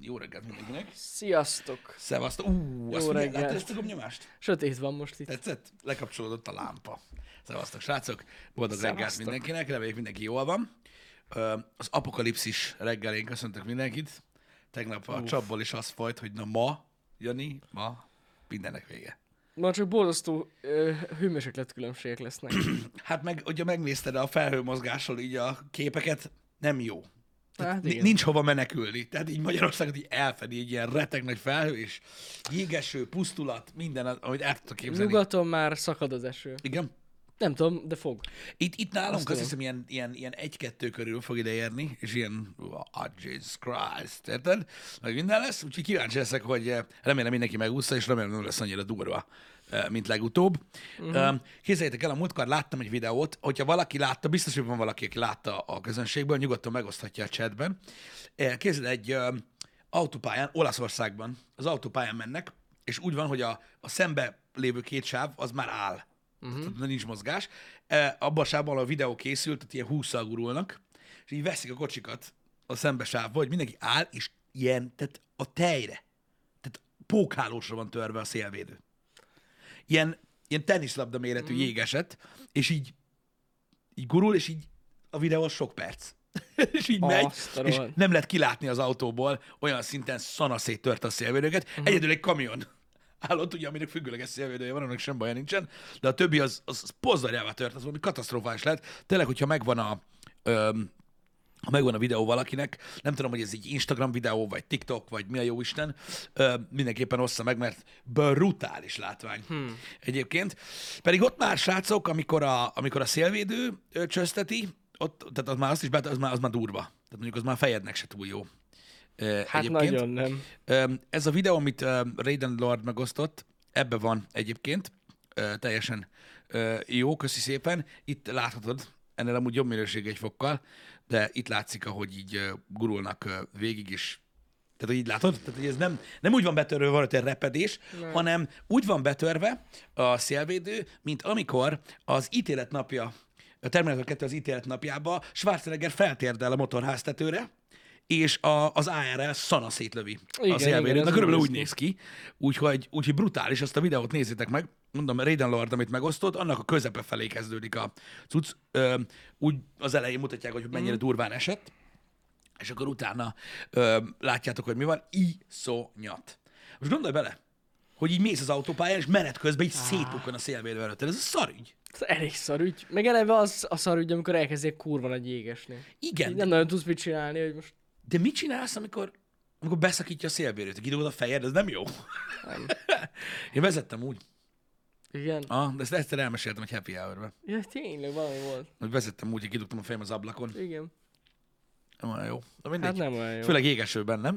Jó reggelt mindenkinek. Sziasztok! Szevasztok. Jó Azt reggelt. láttad ezt a gomnyomást? Sötét van most itt. Tetszett? Lekapcsolódott a lámpa. Szevasztok, srácok. Boldog reggelt Szevasztok. mindenkinek. Reméljük mindenki jól van. Az apokalipszis reggelén köszöntök mindenkit. Tegnap a csapból is az folyt, hogy na ma, Jani, ma mindennek vége. Ma csak borzasztó hőmérséklet-különbségek lesznek. Hát meg, hogyha megnézted a felhőmozgásról így a képeket, nem jó. Hát igen. Nincs hova menekülni. Tehát így Magyarországot így elfedi egy ilyen reteg nagy felhő, és jégeső, pusztulat, minden, amit el tudtok képzelni. Nyugaton már szakad az eső. Igen. Nem tudom, de fog. Itt nálunk azt tudom. hiszem ilyen 1-2 körül fog ide érni, és ilyen, Jesus Christ, érted? Meg minden lesz, úgyhogy kíváncsi leszek, hogy remélem mindenki megúszta, és remélem nem lesz annyira durva, mint legutóbb. Képzeljétek el, a múltkor láttam egy videót, hogyha valaki látta, biztos, hogy van valaki, aki látta a közönségből, nyugodtan megoszthatja a chatben. Képzeld, egy autópályán, Olaszországban az autópályán mennek, és úgy van, hogy a szembe lévő két sáv az már áll. Tehát nincs mozgás. Abban a sávban a videó készült, tehát ilyen 20-szal gurulnak, és így veszik a kocsikat a szembesávba, hogy mindenki áll, és ilyen, tehát a tejre, tehát pókhálósra van törve a szélvédő. Ilyen teniszlabda méretű jégeset, és így gurul, és így a videó az sok perc. És így megy, Azt a és rohadt. nem lehet kilátni az autóból, olyan szinten szanaszét tört a szélvédőket. Egyedül egy kamion állott, ugye, aminek függőleges szélvédője van, annak sem baja nincsen, de a többi az pozzarjává tört, az valami katasztrofális lett. Tényleg, hogyha megvan ha megvan a videó valakinek, nem tudom, hogy ez egy Instagram videó, vagy TikTok, vagy mi a jó Isten, mindenképpen ossza meg, mert brutális látvány egyébként. Pedig ott már, srácok, amikor a szélvédő csözteti, ott, tehát az már azt is az már durva. Tehát mondjuk az már fejednek se túl jó. Hát nagyon nem. Ez a videó, amit Raiden Lord megosztott, ebbe van egyébként, teljesen jó, köszi szépen. Itt láthatod, ennél amúgy jobb minőség egy fokkal, de itt látszik, ahogy így gurulnak végig is. Tehát, hogy így látod? Tehát, hogy ez nem úgy van betörve, van ott egy repedés, hanem úgy van betörve a szélvédő, mint amikor az ítélet napja, a Terminator 2 az ítélet napjába Schwarzenegger feltérdel a motorháztetőre, és az ARL szana szétlövi a Igen, szélvédőt. ez Na, körülbelül úgy úgy néz néz ki. Úgyhogy brutális, azt a videót nézzétek meg. Mondom, Raiden Lord, amit megosztott, annak a közepe felé kezdődik a cucc. Úgy az elején mutatják, hogy mennyire durván esett, és akkor utána látjátok, hogy mi van. Iszonyat. Most gondolj bele, hogy így mész az autópályán, és menet közben így szétpukkan a szélvédő előtt. Ez a szarügy. Ez elég szarügy. Meg eleve az a szarügy, amikor elkezdjék kurva nagy jégesni. Igen, Így nem nagyon tudsz mit csinálni, hogy most de mit csinálsz, amikor beszakítja a szélvédőt? Kidugod a fejed, ez nem jó. nem. Én vezettem úgy. Igen. De ezt egyszer elmeséltem egy happy hour-be. Ja, tényleg valami volt. Hogy vezettem úgy, hogy kidugtam a fejem az ablakon. Igen. Nem olyan jó. De mindegy. Hát nem olyan jó. Főleg égesőben, nem?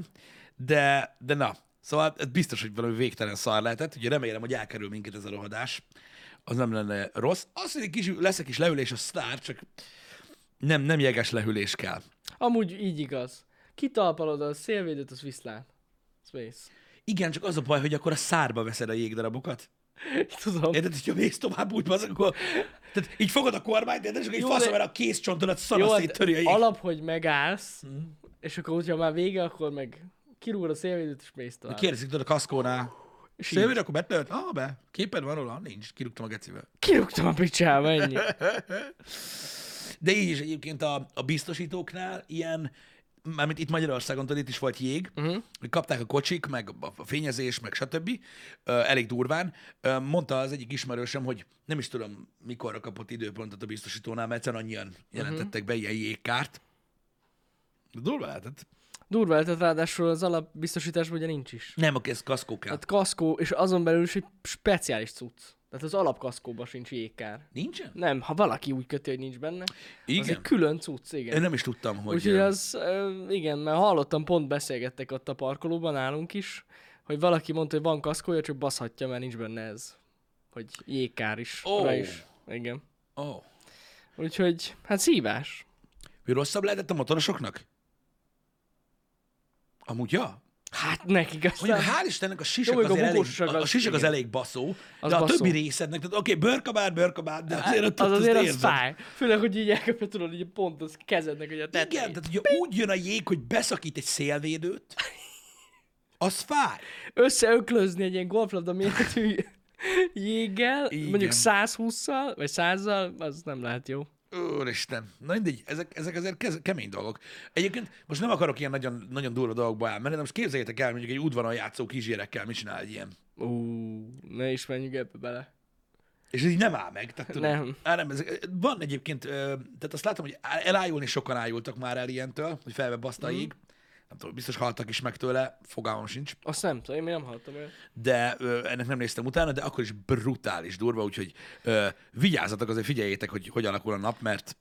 De na. Szóval ez biztos, hogy valami végtelen szar lehetett. Ugye remélem, hogy elkerül minket ez a rohadás. Az nem lenne rossz. Azt, hogy lesz egy kis lehűlés, a sztár, csak nem jeges lehűlés kell. Amúgy így igaz. Kitalpalod a szélvédőt, az viszlát. Space. Igen, csak az a baj, hogy akkor a szárba veszed a jégdarabokat. Tudom. Érted, hogyha mész tovább úgy, az akkor... Tehát így fogod a kormányt, érted, és akkor így Jó, faszom, de- mert a kézcsontodat Jó, szanaszét töri a jég. alap, hogy megállsz, és akkor, hogyha már vége, akkor meg kirúgod a szélvédőt, és mész tovább. Kérdezik tudod a kaszkónál. És Szélvédő, akkor betört? Be. Képed van róla? Nincs. Kirúgtam a gecivel. Kirúgtam a picsába, ennyi. De így is egyébként a biztosítóknál ilyen, mármint itt Magyarországon, tudod, itt is volt jég, hogy kapták a kocsik, meg a fényezés, meg stb. Elég durván. Mondta az egyik ismerősöm, hogy nem is tudom, mikorra kapott időpontot a biztosítónál, mert egyszerűen annyian jelentettek be ilyen jégkárt. De durva lehetett. Durva lehetett, ráadásul az alapbiztosításban ugye nincs is. Nem, ez kaszkó kell. Tehát kaszkó, és azon belül is egy speciális cucc. Tehát az alapkaszkóban sincs jégkár. Nincsen? Nem, ha valaki úgy köti, hogy nincs benne, az Igen. egy külön cucc, igen. Én nem is tudtam, hogy... Úgyhogy az, igen, mert hallottam, pont beszélgettek ott a parkolóban nálunk is, hogy valaki mondta, hogy van kaszkója, csak baszhatja, mert nincs benne ez. Hogy jégkár is. Ó. Rá is. Igen. Ó. Úgyhogy, hát szívás. Hogy rosszabb lehetett a motorosoknak? Amúgy, ja. Hát nekik aztán... Mondjuk, hál' Istennek a sisak, Jó, mondjuk a azért elég, bukósság a az- sisak az igen. elég baszó, Az de a baszó. többi részednek, tehát oké, bőrkabát, de azért ott az azért az érzed. fáj. Főleg, hogy így elköped, tudod, így pont az kezednek, hogy a tetején. Igen, tehát ugye úgy jön a jég, hogy beszakít egy szélvédőt, Az fáj. Összeöklözni egy ilyen golflabda méretű jéggel, Igen. mondjuk 120-szal, vagy 100-zal, az nem lehet jó. Úristen. Na mindegy, ezek azért kemény dolgok. Egyébként most nem akarok ilyen nagyon, nagyon durva dolgokba elmenni, de most képzeljétek el, mondjuk egy udvaron játszó kisgyerekkel mit csinál egy ilyen. Ne is menjünk ebbe bele. És ez így nem áll meg. Tehát, tudod, Nem. nem van egyébként, tehát azt látom, hogy elájulni sokan ájultak már el ilyentől, hogy felve basztaig. Nem tudom, biztos haltak is meg tőle, fogalmam sincs. Azt nem tudom, én még nem hallottam el. De ennek nem néztem utána, de akkor is brutális durva, úgyhogy vigyázzatok, azért figyeljétek, hogy alakul a nap, mert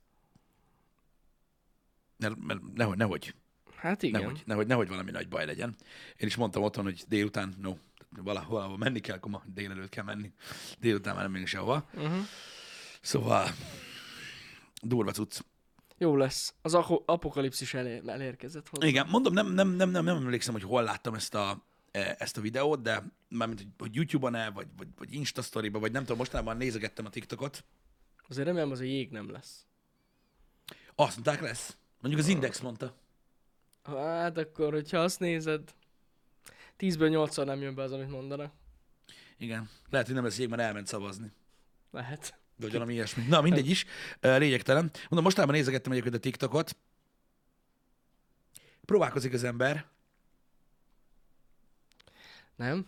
nehogy Hát igen. nehogy valami nagy baj legyen. Én is mondtam otthon, hogy délután, valahol menni kell, akkor ma délelőtt kell menni. Délután már nem menni sehova. Szóval durva cucc. Jó lesz. Az apokalipszis elérkezett hozzá. Igen, mondom, nem emlékszem, hogy hol láttam ezt a videót, de mármint, hogy YouTube-on-e, vagy Insta Story-ba, vagy nem tudom, mostanában nézegettem a TikTokot. Azért remélem, az a jég nem lesz. Azt mondták, lesz. Mondjuk az Index mondta. Hát akkor, hogyha azt nézed, 10-ből 8-szor nem jön be az, amit mondanak. Igen. Lehet, hogy nem lesz jég, mert elment szavazni. Lehet. Vagy valami ilyesmi. Na, mindegy is. Lényegtelen. Mondom, mostanában nézegettem egyébként a TikTokot. Próbálkozik az ember. Nem?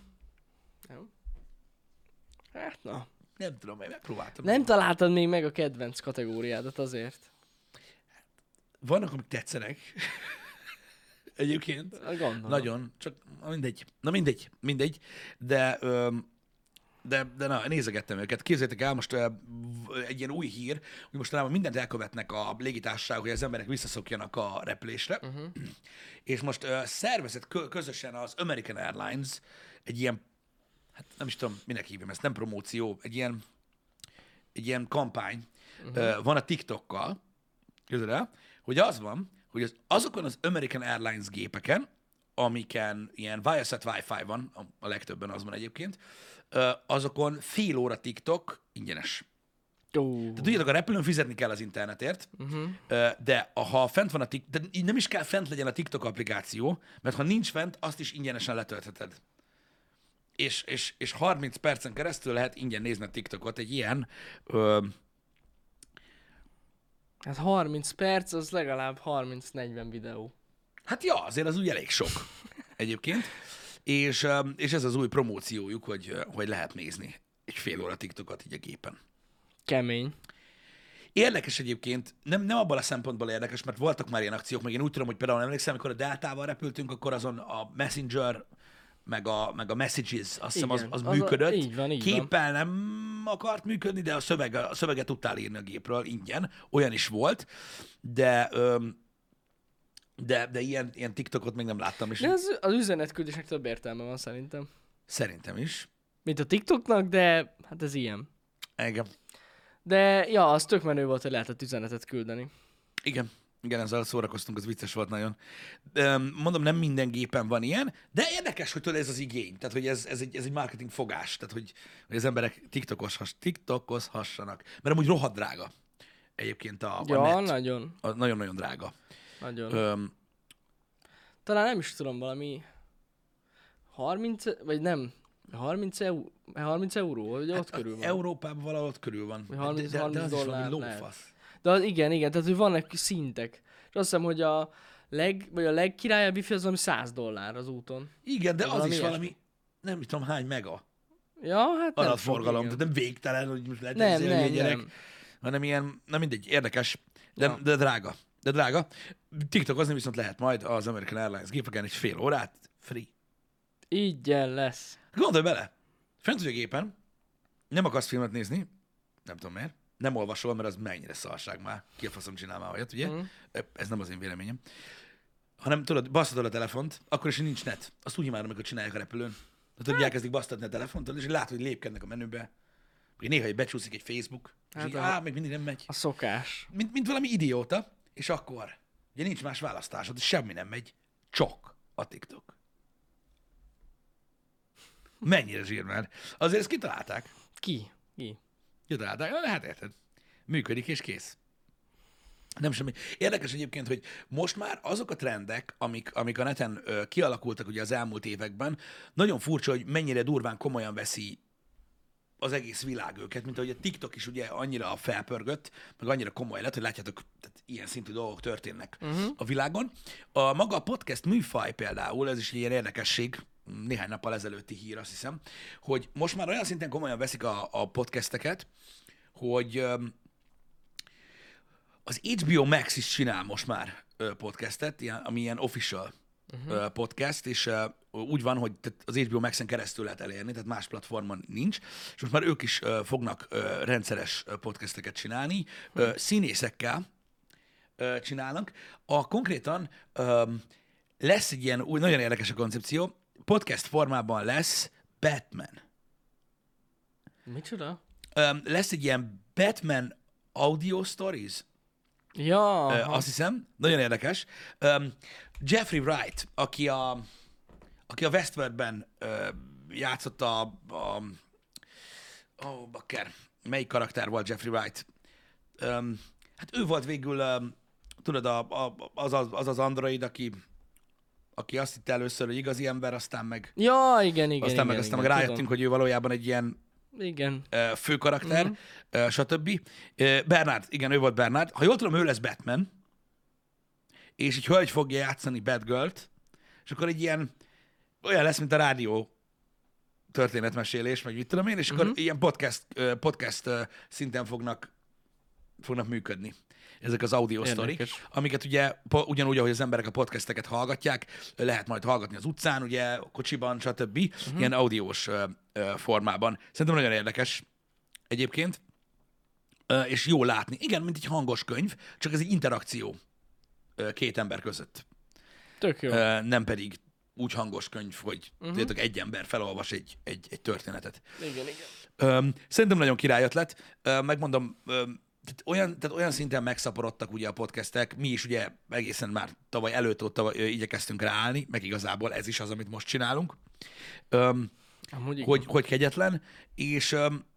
Hát na. Nem tudom, én megpróbáltam. Nem találtad még meg a kedvenc kategóriádat azért. Vannak, amik tetszenek. Egyébként. Gondolom. Nagyon. Csak mindegy. De na, nézegettem őket. Képzeljétek el, most egy ilyen új hír, hogy mostanában mindent elkövetnek a légitársaságok, hogy az emberek visszaszokjanak a repülésre. És most szervezett közösen az American Airlines egy ilyen, hát nem is tudom, minek hívjam ezt, nem promóció, egy ilyen kampány van a TikTokkal, képzeld el, hogy az van, hogy azokon az American Airlines gépeken, amiken ilyen Viasat Wi-Fi van, a legtöbben az van egyébként, azokon fél óra TikTok ingyenes. Tehát tudjátok, a repülőn fizetni kell az internetért, de ha fent van de nem is kell fent legyen a TikTok applikáció, mert ha nincs fent, azt is ingyenesen letöltheted. És 30 percen keresztül lehet ingyen nézni a TikTokot egy ilyen... Hát 30 perc, az legalább 30-40 videó. Hát ja, azért az úgy elég sok egyébként. És ez az új promóciójuk, hogy lehet nézni egy fél óra TikTokot így a gépen. Kemény. Érdekes egyébként, nem abban a szempontból érdekes, mert voltak már ilyen akciók, meg én úgy tudom, hogy például emlékszem, amikor a Deltával repültünk, akkor azon a Messenger, meg a Messages, azt hiszem az működött. Így van. Képpel nem akart működni, de a szöveget tudtál írni a gépről ingyen. Olyan is volt, de ilyen TikTokot még nem láttam. És De az üzenetküldésnek több értelme van szerintem. szerintem is. Mint a TikToknak, de hát ez ilyen. Igen. De ja, az tök menő volt, hogy lehetett üzenetet küldeni. Igen, ezzel szórakoztunk, az vicces volt nagyon. Mondom, nem minden gépen van ilyen, de érdekes, hogy tudod, ez az igény. Tehát, hogy ez egy marketing fogás. Tehát, hogy az emberek tiktokozhassanak. Mert amúgy rohadt drága. Egyébként a net. Nagyon. Nagyon-nagyon drága. Nagyon. Talán nem is tudom, valami 30, vagy nem, 30 euró, vagy ott körül van. Európában valahol ott körül van. 30 de az is valami dollár lófasz. De az, igen, tehát hogy vannak szintek. És azt hiszem, hogy a legkirályabb wifi az valami $100 az úton. Igen, de az is ilyesmi. valami, nem tudom hány mega. Ja, hát nem Adatforgalom, sok, tehát nem végtelen, hogy most lehet nem, egy gyerek, nem. hanem ilyen, na mindegy, érdekes, de, Ja. de drága. De drága. TikTokozni viszont lehet majd az American Airlines gépeken egy fél órát, free. Ígyen lesz. Gondolj bele, fent vagy a gépen, nem akarsz filmet nézni, nem tudom miért, nem olvasol, mert az mennyire szarság már, ki a faszom csinál már olyat, ugye? Ez nem az én véleményem. Hanem tudod, basztatod a telefont, akkor is, hogy nincs net. Azt úgy imádom, amikor csinálják a repülőn. Tudod, elkezdik basztatni a telefont, és látod, hogy lépkednek a menübe. Vagy néha becsúszik egy Facebook, és így, még mindig nem megy. A szokás. Mint valami idióta, és akkor ugye nincs más választásod, és semmi nem megy, csak a TikTok. Mennyire zsír már. Azért ezt kitalálták. Ki? Kitalálták, hát érted. Működik és kész. Nem semmi. Érdekes egyébként, hogy most már azok a trendek, amik a neten kialakultak ugye az elmúlt években, nagyon furcsa, hogy mennyire durván komolyan veszi az egész világ őket, mint ahogy a TikTok is ugye annyira felpörgött, meg annyira komoly lett, hogy látjátok, tehát ilyen szintű dolgok történnek a világon. A maga a podcast műfaj például, ez is egy ilyen érdekesség, néhány nappal ezelőtti hír, azt hiszem, hogy most már olyan szinten komolyan veszik a podcasteket, hogy az HBO Max is csinál most már podcastet, ami ilyen official podcast, és úgy van, hogy az HBO Maxen keresztül lehet elérni, tehát más platformon nincs, és most már ők is fognak rendszeres podcasteket csinálni, színészekkel csinálnak. Konkrétan lesz egy ilyen új, nagyon érdekes a koncepció, podcast formában lesz Batman. Micsoda? Lesz egy ilyen Batman Audio Stories, Ja, azt hiszem, nagyon érdekes. Jeffrey Wright, aki a Westworldben játszott bakker, melyik karakter volt Jeffrey Wright? Hát ő volt végül, tudod, az android, aki azt hitte először, hogy igazi ember, aztán meg ja, igen, aztán meg rájöttünk, tudom. hogy ő valójában egy ilyen Igen. fő karakter, stb. Bernard, igen, ő volt Bernard. Ha jól tudom, ő lesz Batman, és egy hölgy fogja játszani Batgirl-t, és akkor egy ilyen, olyan lesz, mint a rádió történetmesélés, meg mit tudom én, és akkor ilyen podcast szinten fognak működni ezek az audio sztorik, amiket ugye ugyanúgy, ahogy az emberek a podcasteket hallgatják, lehet majd hallgatni az utcán, ugye, a kocsiban, stb. Ilyen audiós formában. Szerintem nagyon érdekes egyébként, és jó látni. Igen, mint egy hangos könyv, csak ez egy interakció két ember között. Tök jó. Nem pedig úgy hangos könyv, hogy tudjátok, egy ember felolvas egy történetet. Igen. Szerintem nagyon király ötlet. Megmondom, tehát olyan szinten megszaporodtak ugye a podcastek, mi is ugye egészen már tavaly előtt ott igyekeztünk ráállni, meg igazából ez is az, amit most csinálunk, hogy kegyetlen, és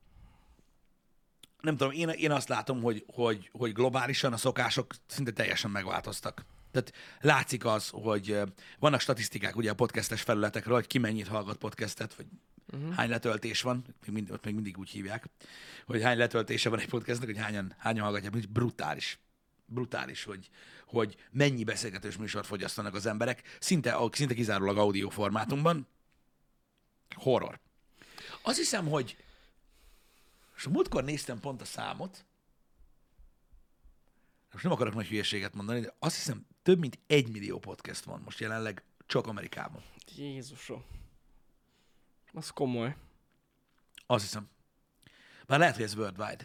nem tudom, én azt látom, hogy globálisan a szokások szinte teljesen megváltoztak. Tehát látszik az, hogy vannak statisztikák ugye a podcastes felületekről, hogy ki mennyit hallgat podcastet, vagy hány letöltés van, ott még mindig úgy hívják, hogy hány letöltése van egy podcastnak, hogy hányan hallgatják, brutális. Brutális, hogy mennyi beszélgetős műsort fogyasztanak az emberek, szinte kizárólag audio formátumban. Horror. Azt hiszem, hogy és a múltkor néztem pont a számot, most nem akarok nagy hülyeséget mondani, de azt hiszem több mint 1 millió podcast van most jelenleg csak Amerikában. Jézusom. Az komoly. Azt hiszem. Már lehet, hogy ez worldwide.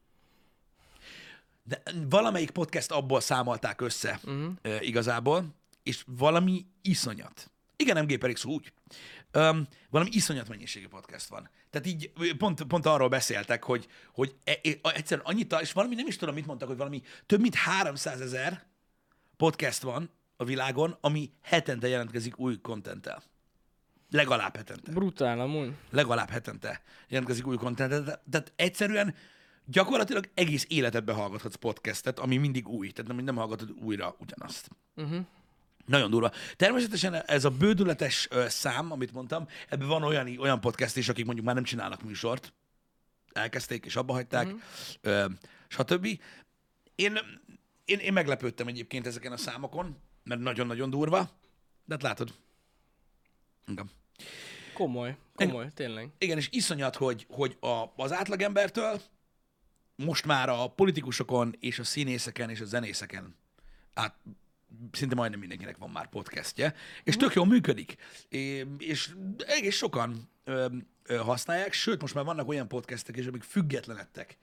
De valamelyik podcast abból számolták össze igazából, és valami iszonyat. Igen, MGPRX úgy. Valami iszonyat mennyiségű podcast van. Tehát így pont arról beszéltek, hogy egyszerűen annyit, és valami nem is tudom, mit mondtak, hogy valami több mint 300 000 podcast van a világon, ami hetente jelentkezik új contenttel. Legalább hetente. Brutál amúgy. Legalább hetente jelentkezik új contenttel. Tehát egyszerűen gyakorlatilag egész életedben hallgathatsz podcastet, ami mindig új. Tehát nem hallgatod újra ugyanazt. Nagyon durva. Természetesen ez a bődületes szám, amit mondtam, ebben van olyan podcast is, akik mondjuk már nem csinálnak műsort, elkezdték és abba hagyták, stb. Én meglepődtem egyébként ezeken a számokon, mert nagyon-nagyon durva, de hát látod. Igen. Komoly, tényleg. Igen, és iszonyat, hogy az átlagembertől most már a politikusokon és a színészeken és a zenészeken szinte majdnem mindenkinek van már podcastje, és tök jól működik. És egész sokan használják, sőt, most már vannak olyan podcastek is, amik függetlenedtek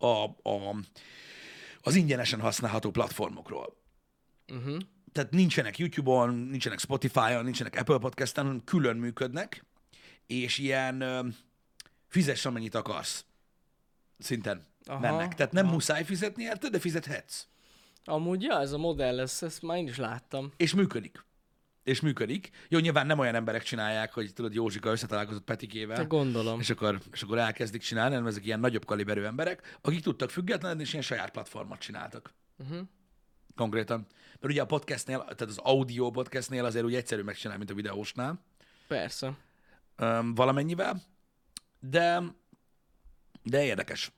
az ingyenesen használható platformokról. Tehát nincsenek YouTube-on, nincsenek Spotify-on, nincsenek Apple Podcast-en, hanem külön működnek, és ilyen fizess, amennyit akarsz szinten mennek. Tehát nem muszáj fizetni érte, de fizethetsz. Amúgy, ja, ez a modell, ezt már én is láttam. És működik. Jó, nyilván nem olyan emberek csinálják, hogy tudod, Józsika összetalálkozott Petikével. Te gondolom. És akkor elkezdik csinálni, hanem ezek ilyen nagyobb kaliberű emberek, akik tudtak függetlenedni, és ilyen saját platformot csináltak. konkrétan. Mert ugye a podcastnél, tehát az audio podcastnél azért úgy egyszerű megcsinálni, mint a videósnál. Persze. Valamennyivel. De érdekes.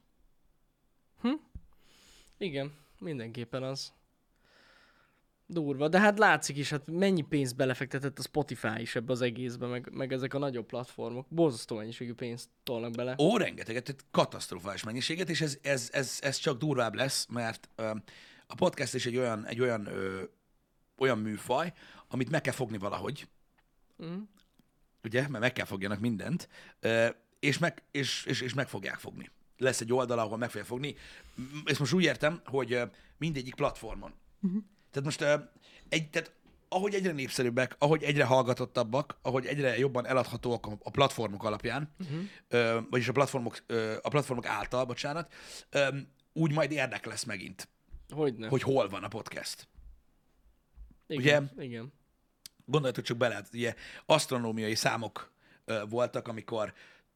Igen, mindenképpen az. Durva, de hát látszik is, hát mennyi pénzt belefektetett a Spotify is ebbe az egészbe, meg ezek a nagyobb platformok. Borzasztó mennyiségű pénzt tolnak bele. Ó, rengeteget, tehát katasztrofális mennyiséget, és ez csak durvább lesz, mert a podcast is egy olyan műfaj, amit meg kell fogni valahogy. Ugye? Mert meg kell fogjanak mindent, és meg fogják fogni. Lesz egy oldal, ahol meg fogják fogni. Ezt most úgy értem, hogy mindegyik platformon. Tehát most tehát ahogy egyre népszerűbbek, ahogy egyre hallgatottabbak, ahogy egyre jobban eladhatóak a platformok alapján, vagyis a platformok által, bocsánat, úgy majd érdek lesz megint, Hogyne. hogy hol van a podcast. Igen, igen. Gondoljatok csak bele, ugye asztronómiai számok voltak, amikor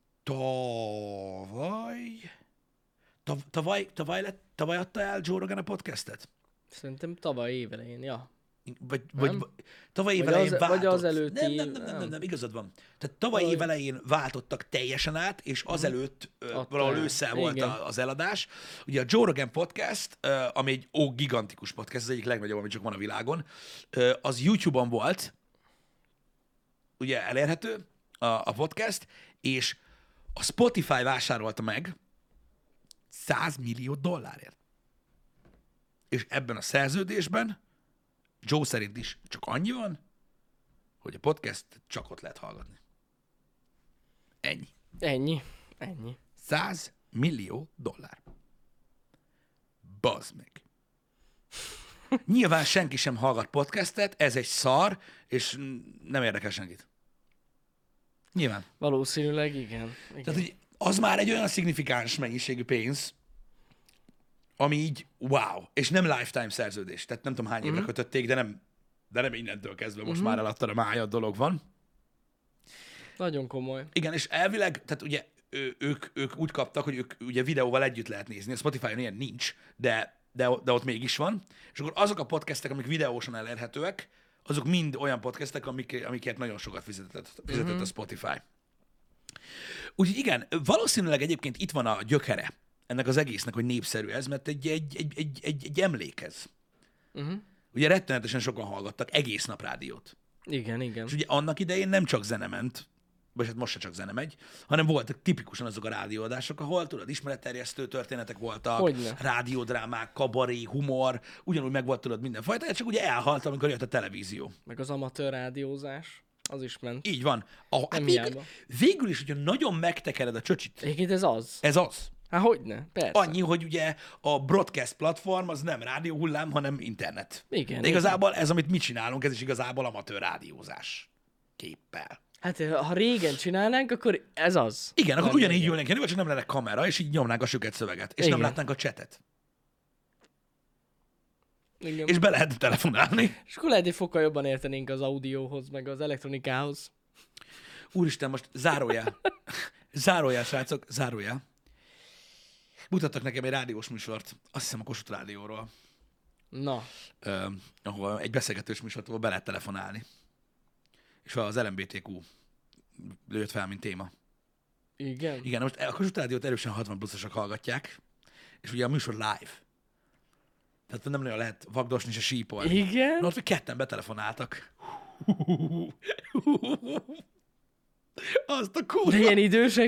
tavaly adta el Joe Rogan a podcastet? Szerintem tavaly évelején, ja. Vagy tavaly év elején váltott. Vagy az előtti... Nem, igazad van. Tehát tavaly év elején váltottak teljesen át, és azelőtt valahol ősszel volt az eladás. Ugye a Joe Rogan podcast, ami egy gigantikus podcast, az egyik legnagyobb, ami csak van a világon, az YouTube-on volt, ugye elérhető a podcast, és a Spotify vásárolta meg $100 millió. És ebben a szerződésben Joe szerint is csak annyi van, hogy a podcast csak ott lehet hallgatni. Ennyi. Ennyi. $100 millió. Bazd meg. Nyilván senki sem hallgat podcastet, ez egy szar, és nem érdekel senkit. Nyilván. Valószínűleg igen. Tehát, hogy az már egy olyan szignifikáns mennyiségű pénz, ami így wow, és nem lifetime szerződés. Tehát nem tudom hány évre kötötték, de nem innentől kezdve most már eladtad a mája dolog van. Nagyon komoly. Igen, és elvileg, tehát ugye ők úgy kaptak, hogy ők ugye videóval együtt lehet nézni. A Spotify-on ilyen nincs, de ott mégis van. És akkor azok a podcastek, amik videósan elérhetőek, azok mind olyan podcastek, amikért nagyon sokat fizetett a Spotify. Úgyhogy igen, valószínűleg egyébként itt van a gyökere ennek az egésznek, hogy népszerű ez, mert egy emlékez. Ugye rettenetesen sokan hallgattak egész nap rádiót. Igen. És ugye annak idején nem csak zene ment, vagy hát most se csak zene megy, hanem voltak tipikusan azok a rádióadások, ahol tudod, ismeretterjesztő történetek voltak, Hogyne. rádiódrámák, kabaré, humor, ugyanúgy meg volt tudod mindenfajta, csak ugye elhalt, amikor jött a televízió. Meg az amatőr rádiózás, az is ment. Így van. Hát hiába. végül is, hogyha nagyon megtekered a csöcsit, Egyébként ez az. ez az. Hát hogyne, persze. Annyi, hogy ugye a broadcast platform az nem rádióhullám, hanem internet. Igen. De igazából ez, amit mi csinálunk, ez is igazából amatőr rádiózás képpel. Hát ha régen csinálnánk, akkor ez az. Igen, akkor Nem ugyanígy régen. ülnénk jönni, csak nem lenne kamera, és így nyomnánk a süket szöveget, és nem Igen. látnánk a csetet. Igen. És be lehetne telefonálni. És akkor lehet, hogy fokkal jobban értenénk az audióhoz, meg az elektronikához. Úristen, most zárójel. Zárójel, srácok, zárójel. Mutattak nekem egy rádiós műsort, azt hiszem a Kossuth Rádióról, Na, ahol egy beszélgetős műsort, ahol be lehet telefonálni. És az LMBTQ lőtt fel, mint téma. igen. Igen, most a Kossuth Rádiót erősen 60 pluszosok hallgatják, és ugye a műsor live. Tehát nem nagyon lehet vagdosni se sípolni. Igen? Na, ott még ketten betelefonáltak. Azt a kurva. De ilyen idősek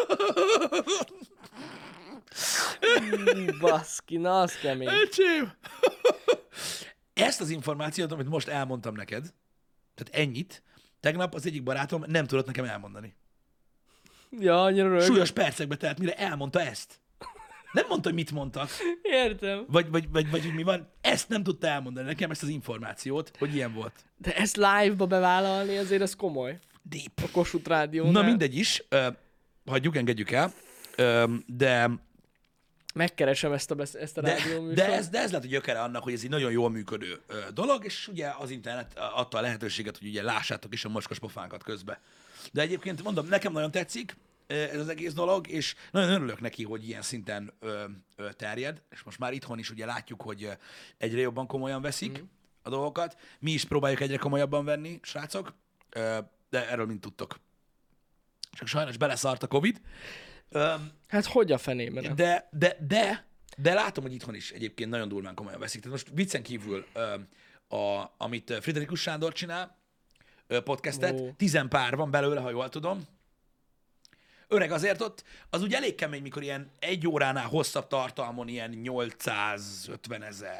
baszki, na az kemény. Öcsém! Ezt az információt, amit most elmondtam neked, tehát ennyit, tegnap az egyik barátom nem tudott nekem elmondani. Ja, annyira rögtön. Súlyos percekbe telt, mire elmondta ezt. Nem mondta, hogy mit mondtak, Értem. vagy hogy mi van. Ezt nem tudta elmondani nekem, ezt az információt, hogy ilyen volt. De ezt live-ba bevállalni, azért ez komoly. Deep. A Kossuth Rádiónál. Na mindegy is, hagyjuk, engedjük el, de Megkeresem ezt a rádióműsort. de ez lehet a gyökere annak, hogy ez egy nagyon jól működő dolog, és ugye az internet adta a lehetőséget, hogy ugye lássátok is a mocskos pofánkat közbe. De egyébként mondom, nekem nagyon tetszik, ez az egész dolog, és nagyon örülök neki, hogy ilyen szinten terjed, és most már itthon is ugye látjuk, hogy egyre jobban komolyan veszik a dolgokat. Mi is próbáljuk egyre komolyabban venni, srácok, de erről mind tudtok. Csak sajnos beleszart a Covid. Hát hogy a fenében? Nem? De látom, hogy itthon is egyébként nagyon durván komolyan veszik. Tehát most viccen kívül, amit Friderikus Sándor csinál, podcastet, 10 pár van belőle, ha jól tudom. Öreg azért ott, az úgy elég kemény, mikor ilyen 1 óránál hosszabb tartalmon ilyen 850 000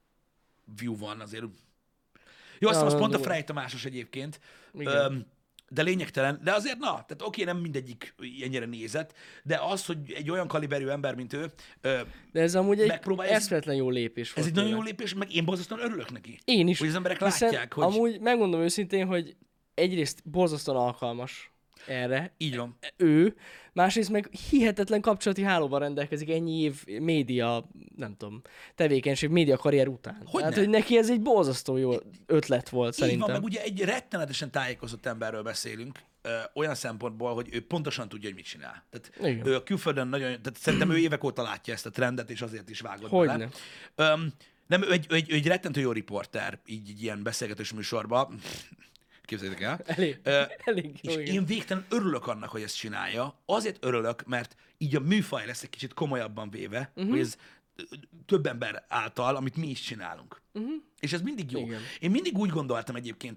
view van azért. Jó, azt most pont a Frey Tamásos egyébként. De lényegtelen, de azért tehát oké, nem mindegyik ennyire nézett, de az, hogy egy olyan kaliberű ember, mint ő, de ez amúgy egy megpróbálja, eszméletlen jó lépés volt. ez egy nagyon jó lépés, meg én borzasztóan örülök neki. Én is. Hogy az emberek Hiszen látják, hogy... amúgy megmondom őszintén, hogy egyrészt borzasztóan alkalmas erre. Így van. Ő, másrészt meg hihetetlen kapcsolati hálóval rendelkezik ennyi év média, nem tudom, tevékenység, média karrier után. Tehát, hogy neki ez egy borzasztó jó ötlet volt szerintem. Így van, meg ugye egy rettenetesen tájékozott emberről beszélünk, olyan szempontból, hogy ő pontosan tudja, hogy mit csinál. Tehát ő a külföldön nagyon, tehát szerintem ő évek óta látja ezt a trendet, és azért is vágott bele. Nem, ő egy rettentő jó riporter, így ilyen beszélgetős műsorban. Képzeljétek el. Elég és én végtelen örülök annak, hogy ezt csinálja. Azért örülök, mert így a műfaj lesz egy kicsit komolyabban véve, hogy ez több ember által, amit mi is csinálunk. És ez mindig jó. Igen. Én mindig úgy gondoltam egyébként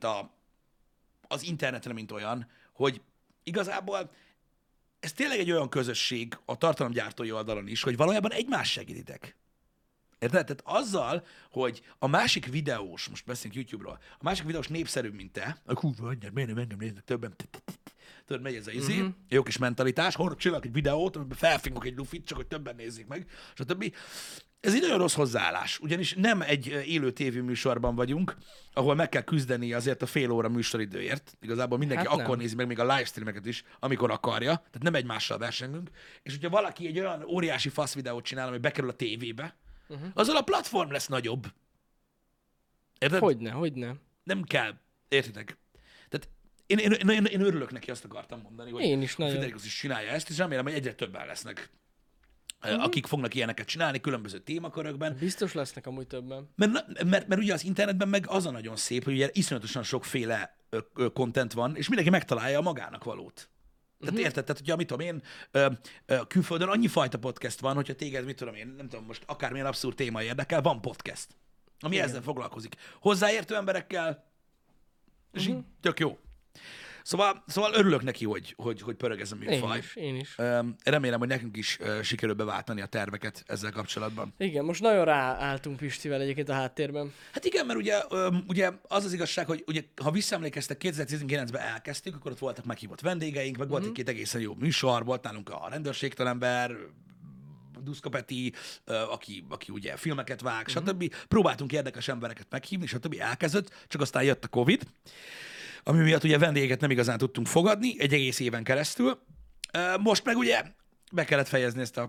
az internetre, mint olyan, hogy igazából ez tényleg egy olyan közösség a tartalomgyártói oldalon is, hogy valójában egymást segítitek. Érted? Tehát azzal, hogy a másik videós, most beszélünk YouTube-ról, a másik videós népszerűbb, mint te, a kurva anyját, miért nem engem néznek többen, tudod, megy ez a izé, jó kis mentalitás, horror csinálok egy videót, amiben felfingok egy lufit, csak hogy többen nézzék meg, stb. Ez egy nagyon rossz hozzáállás, ugyanis nem egy élő tévéműsorban vagyunk, ahol meg kell küzdeni azért a fél óra műsoridőért. Igazából mindenki akkor nézi meg még a livestreameket is, amikor akarja, tehát nem egymással versengünk. És hogyha valaki egy olyan óriási fasz videót csinál, ami bekerül a tévébe, azzal a platform lesz nagyobb. Érted? Hogyne. Nem kell. Értitek? Tehát én örülök neki, azt akartam mondani, hogy én is nagyon. Friderikus is csinálja ezt, és remélem, hogy egyre többen lesznek, akik fognak ilyeneket csinálni különböző témakörökben. Biztos lesznek amúgy többen. Mert ugye az internetben meg az a nagyon szép, hogy ugye iszonyatosan sokféle content van, és mindenki megtalálja a magának valót. Tehát érted? Tehát, hogyha mit tudom én, külföldön annyi fajta podcast van, hogyha téged, mit tudom én, nem tudom, most akármilyen abszurd téma érdekel, van podcast, ami ezzel foglalkozik. Hozzáértő emberekkel, és így tök jó. Szóval örülök neki, hogy pörög ez a műfaj. Én is. Remélem, hogy nekünk is sikerül beváltani a terveket ezzel kapcsolatban. Igen, most nagyon ráálltunk Pistivel egyébként a háttérben. Hát igen, mert ugye az az igazság, hogy ugye, ha visszaemlékeztek, 2019-ben elkezdtük, akkor ott voltak meghívott vendégeink, meg volt egy-két egészen jó műsor, volt nálunk a rendőrségtalember, Duszka Peti, aki ugye filmeket vág, stb. Próbáltunk érdekes embereket meghívni, stb. Elkezdött, csak aztán jött a Covid, ami miatt ugye vendégeket nem igazán tudtunk fogadni egy egész éven keresztül. Most meg ugye be kellett fejezni ezt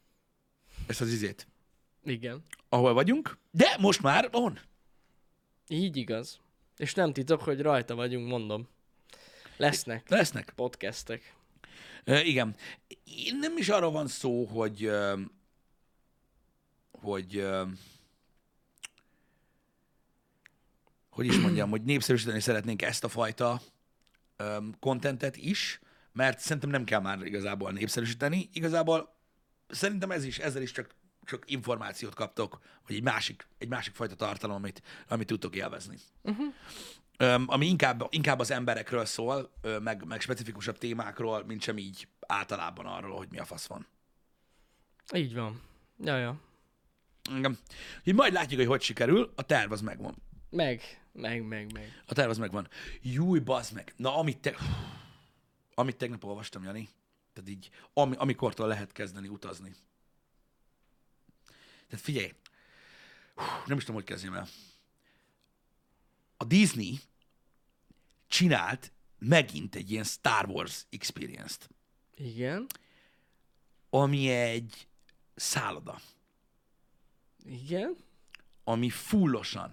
az izét. Igen. Ahol vagyunk, de most már on. Így igaz. És nem titok, hogy rajta vagyunk, mondom. Lesznek podcastek. Igen. Nem is arról van szó, hogy is mondjam, hogy népszerűsíteni szeretnénk ezt a fajta contentet is, mert szerintem nem kell már igazából népszerűsíteni. Igazából szerintem ezzel is csak információt kaptok, vagy egy másik fajta tartalom, amit tudtok élvezni. Ami inkább az emberekről szól, meg specifikusabb témákról, mint sem így általában arról, hogy mi a fasz van. Így van. Ja. Úgyhogy majd látjuk, hogy sikerül, a terv az megvan. Meg. A terv az megvan. Júj, bazd meg. Na, amit tegnap olvastam, Jani, tehát így, amikortól lehet kezdeni utazni. Tehát figyelj, nem is tudom, hogy kezdjem el. A Disney csinált megint egy ilyen Star Wars experience-t. Igen. Ami egy szálloda. Igen. Ami fullosan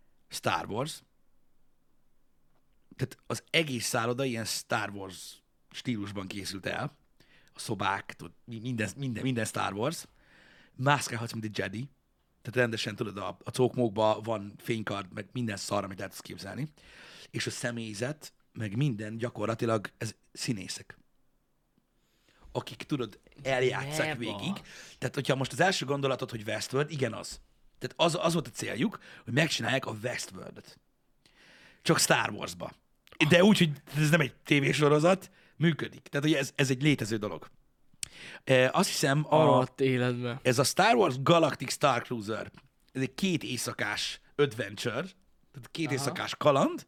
Star Wars. Tehát az egész szálloda ilyen Star Wars stílusban készült el. A szobák, tudod, minden Star Wars. Mászkálhatsz, mint egy Jedi. Tehát rendesen, tudod, a cókmókban van fénykard, meg minden szar, amit el tudsz képzelni. És a személyzet, meg minden gyakorlatilag ez színészek. Akik, tudod, eljátszák Ne végig. basz. Tehát, hogyha most az első gondolatod, hogy Westworld, igen az. Tehát az volt a céljuk, hogy megcsinálják a Westworld-et. Csak Star Wars-ba. De úgy, hogy ez nem egy tévésorozat, működik. Tehát, hogy ez egy létező dolog. Azt hiszem, Alatt életben. ez a Star Wars Galactic Star Cruiser, ez egy 2 éjszakás adventure, tehát 2 éjszakás kaland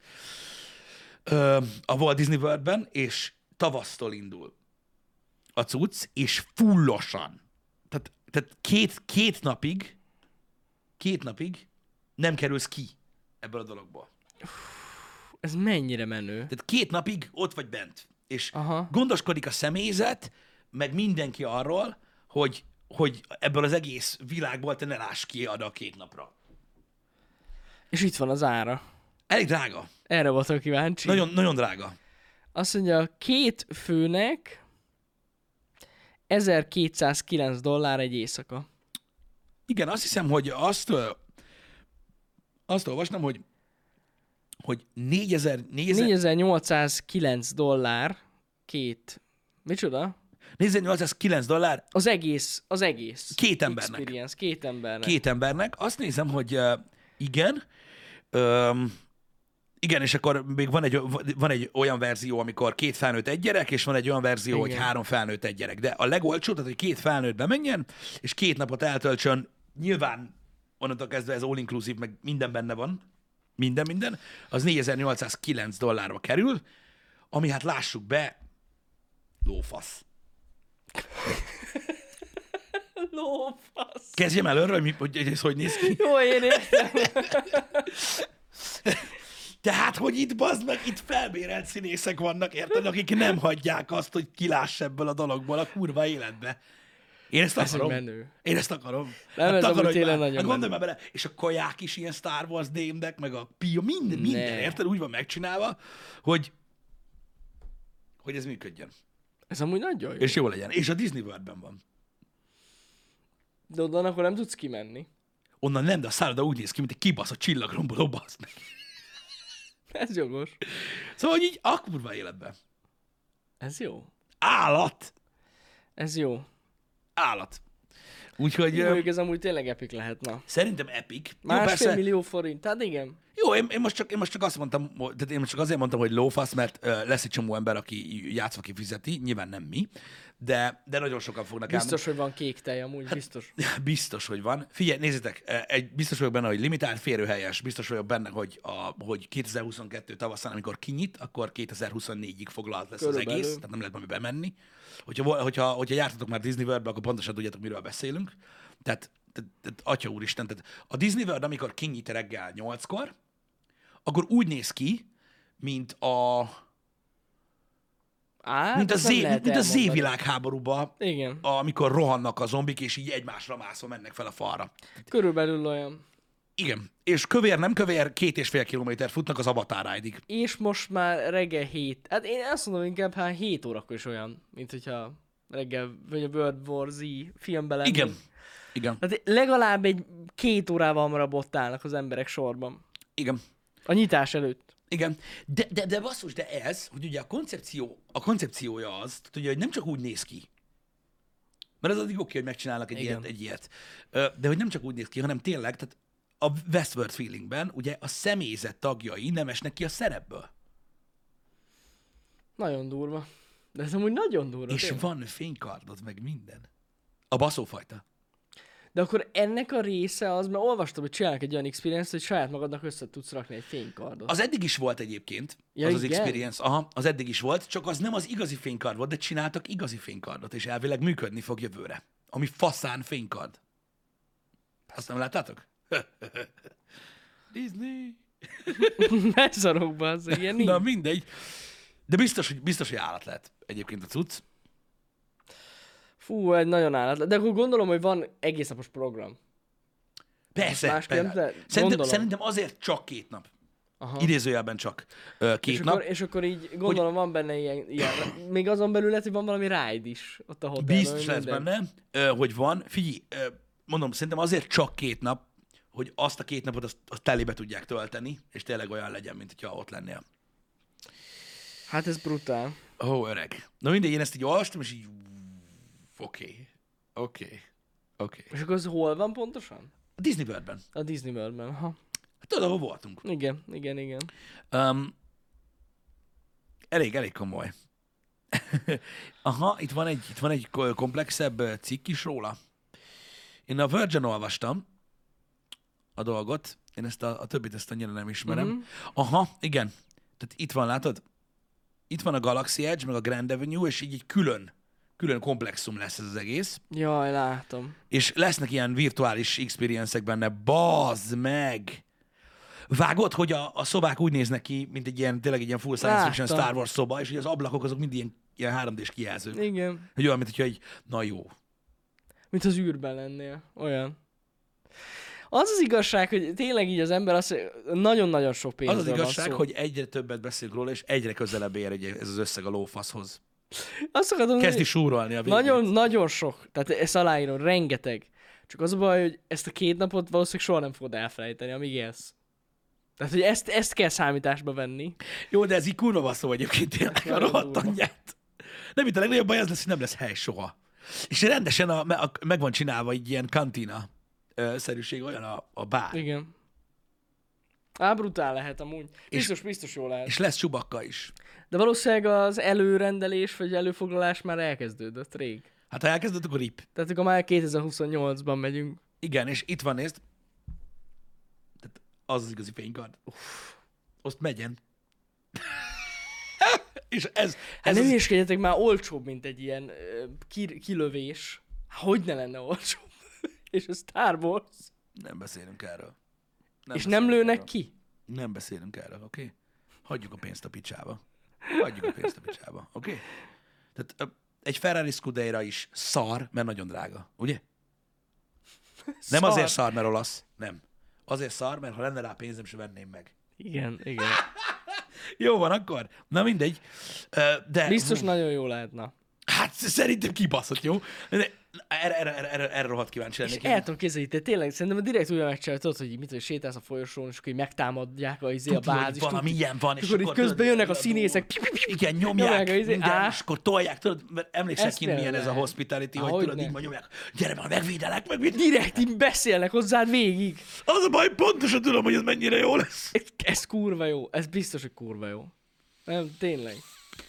a Walt Disney Worldben, és tavasztól indul a cucc, és fullosan. Tehát két napig nem kerülsz ki ebből a dologból. Ez mennyire menő. Tehát 2 napig ott vagy bent. És Aha. gondoskodik a személyzet, meg mindenki arról, hogy ebből az egész világból te ne láss ki arra a 2 napra. És itt van az ára. Elég drága. Erre voltam kíváncsi. Nagyon, nagyon drága. Azt mondja, 2 főnek $1209 egy éjszaka. Igen, azt hiszem, hogy azt olvastam, hogy 4809 dollár két. Micsoda? $4,809 Az egész. Két embernek. Experience, 2 embernek. 2 embernek. Azt nézem, hogy igen. Igen, és akkor még van egy olyan verzió, amikor 2 felnőtt, 1 gyerek, és van egy olyan verzió, hogy Igen. 3 felnőtt, 1 gyerek. De a legolcsóbb, tehát, hogy 2 felnőtt bemenjen, és 2 napot eltöltsön, nyilván onnantól kezdve ez all-inclusive, meg minden benne van, minden, az $4,809 kerül, ami hát lássuk be, lófasz. Lófasz. Kezdjem előről, hogy ez hogy néz ki. Jó, én értem. Tehát, hogy itt bazd meg, itt felbérelt színészek vannak, érted, akik nem hagyják azt, hogy kiláss ebből a dologból a kurva életbe. Én ezt Ez egy akarom. menő. Én ezt akarom. Nem, ez amúgy takarodj tényleg már. nagyon Hát gondolj menő. már bele. És a kaják is ilyen Star Wars démdek, meg a pia, minden, Ne. érted? Úgy van megcsinálva, hogy ez működjön. Ez amúgy nagyon jó. És jó legyen. És a Disney Worldben van. De onnan akkor nem tudsz kimenni. Onnan nem, de a szálloda úgy néz ki, mint egy kibaszott csillagromboló, bazd meg. Ez jogos. Szóval, hogy így a kurva életben. Ez jó. Állat! Ez jó. Állat. Úgyhogy Mondjuk ez amúgy tényleg epic lehet, na. szerintem epic. Jó, 1,5 persze, millió forint, tehát igen. jó, én most csak azt mondtam, tehát én most csak azért mondtam, hogy lófasz, mert lesz egy csomó ember, aki játszva kifizeti, nyilván nem mi, de nagyon sokan fognak Biztos, hogy van kék tej amúgy, biztos. Biztos, hogy van. Figyelj, nézzétek, biztos vagyok benne, hogy limitált férőhelyes, biztos vagyok benne, hogy 2022 tavaszán, amikor kinyit, akkor 2024-ig foglalt lesz Körülbelül. az egész, tehát nem lehet majd bemenni. Hogyha jártatok már Disney Worldbe, akkor pontosan tudjátok, miről beszélünk. Tehát atya úristen, tehát a Disney World, amikor kinyit reggel 8-kor, akkor úgy néz ki, mint a Ez nem lehet mint a Z elmondani. világháborúban, Igen, amikor rohannak a zombik, és így egymásra mászva mennek fel a falra. körülbelül olyan. Igen. És kövér, nem kövér, 2,5 kilométer futnak az Avatar Ride-ig. És most már reggel 7. Hát én azt mondom inkább, 7 órakor is olyan, mint hogyha reggel, vagy a World War Z filmben lenne. Igen. Igen. Hát legalább egy 2 órával hamarabb ott állnak az emberek sorban. Igen. A nyitás előtt. Igen. De basszus, de ez, hogy ugye a koncepciója az, tehát ugye, hogy nem csak úgy néz ki, mert az addig oké, hogy megcsinálnak Igen. egy ilyet. De hogy nem csak úgy néz ki, hanem tényleg, tehát a Westworld feelingben ugye a személyzet tagjai nem esnek ki a szerepből. Nagyon durva. De ez amúgy nagyon durva. És tényleg. van fénykardod, meg minden. A baszófajta. De akkor ennek a része az, mert olvastam, hogy csinálnak egy olyan experience, hogy saját magadnak össze tudsz rakni egy fénykardot. Az eddig is volt egyébként, Ja, az igen? experience. Aha, az eddig is volt, csak az nem az igazi fénykard volt, de csináltak igazi fénykardot, és elvileg működni fog jövőre. Ami faszán fénykard. Azt nem láttátok? Disney. Ne szarok be, az ilyen nincs. Na mindegy. De biztos, hogy állat lehet egyébként a cucc. Fú, egy nagyon állat. De akkor gondolom, hogy van egész napos program. Persze, Másképp, persze. de gondolom. Szerintem azért csak 2 nap. Aha. Idézőjelben csak két És nap. és akkor így gondolom van benne ilyen, még azon belül lehet, hogy van valami ride is ott a hotelben. Biztos lesz benne, hogy van. Figyelj, mondom, szerintem azért csak 2 nap, hogy azt a 2 napot azt telébe tudják tölteni, és tényleg olyan legyen, mint hogyha ott lennél. Hát ez brutál. Ó, öreg. Na mindegy, én ezt így olvastam, és így oké. És akkor az hol van pontosan? A Disney Worldben. A Disney Worldben. Ha. Hát tudod, ahol voltunk. Igen. Elég komoly. Aha, itt van egy komplexebb cikk is róla. Én a Virgin olvastam a dolgot, én ezt a többit ezt annyira nem ismerem. Mhm. Aha, igen. Tehát itt van, látod? Itt van a Galaxy Edge, meg a Grand Avenue, és így egy külön komplexum lesz ez az egész. Jaj, látom. És lesznek ilyen virtuális experience-ek benne. Bazd meg! Vágod, hogy a szobák úgy néznek ki, mint tényleg egy ilyen full science fiction Láttam. Star Wars szoba, és hogy az ablakok azok mind ilyen 3D-s kijelzők. Igen. Hogy olyan, mint hogyha egy, na jó. Mint az űrben lennél. Olyan. Az igazság, hogy tényleg így az ember azt nagyon-nagyon sok pénzről Az igazság, van szó. hogy egyre többet beszélünk róla, és egyre közelebb ér ez az összeg a lófaszhoz. Azt akarom, Kezdi súrolni a végét. nagyon sok. Tehát ezt aláírom, rengeteg. Csak az a baj, hogy ezt a 2 napot valószínűleg soha nem fogod elfelejteni, amíg élsz. Tehát, hogy ezt kell számításba venni. Jó, de ez így kurva basszó egyébként tényleg a Nagyon rohadt durva. anyját. Nem, itt a legnagyobb baj az lesz, hogy nem lesz hely soha. És rendesen meg van csinálva egy ilyen kantina szerűség, olyan a bár. Igen. Brutál lehet amúgy. Biztos jó lehet. És lesz Chewbacca is. De valószínűleg az előrendelés vagy előfoglalás már elkezdődött rég. Hát ha elkezdett, akkor rip. Tehát akkor már 2028-ban megyünk. Igen, és itt van, nézd. Tehát az igazi fénykard. Azt megyen. És ez Hát nem az... hülyeskedjetek, már olcsóbb, mint egy ilyen kilövés. Hogy ne lenne olcsóbb? És a Star Wars. Nem beszélünk erről. És nem lőnek ki? Nem beszélünk erről, oké? Okay? Hagyjuk a pénzt a picsába. Oké? Tehát egy Ferrari Scuderia is szar, mert nagyon drága, ugye? Nem azért szar, mert olasz. Nem. Azért szar, mert ha lenne rá pénzem, se venném meg. Igen. Jó van akkor. Na mindegy. De... Biztos nagyon jó lehetne. Hát szerintem kibaszott, jó? De erre rohadt kíváncsi És lennék. el tudom képzelni, te tényleg szerintem direkt újra megcsináltad, hogy mit, hogy sétálsz a folyosón, és akkor így megtámadják a bázist. Valami ilyen van. És akkor így közben jönnek a színészek. Igen, nyomják Nyomják minden, és akkor tolják, tudod, mert emlékszel Ez ki, milyen ez a tényleg. hospitality, hogy Ahogy tudod, így ne. majd nyomják, gyere már, megvédelek, meg mit. Direkt így beszélnek hozzád végig. Az a baj, pontosan tudom, hogy ez mennyire jó lesz. Ez kurva jó. Ez biztos, hogy kurva jó. Nem, tényleg.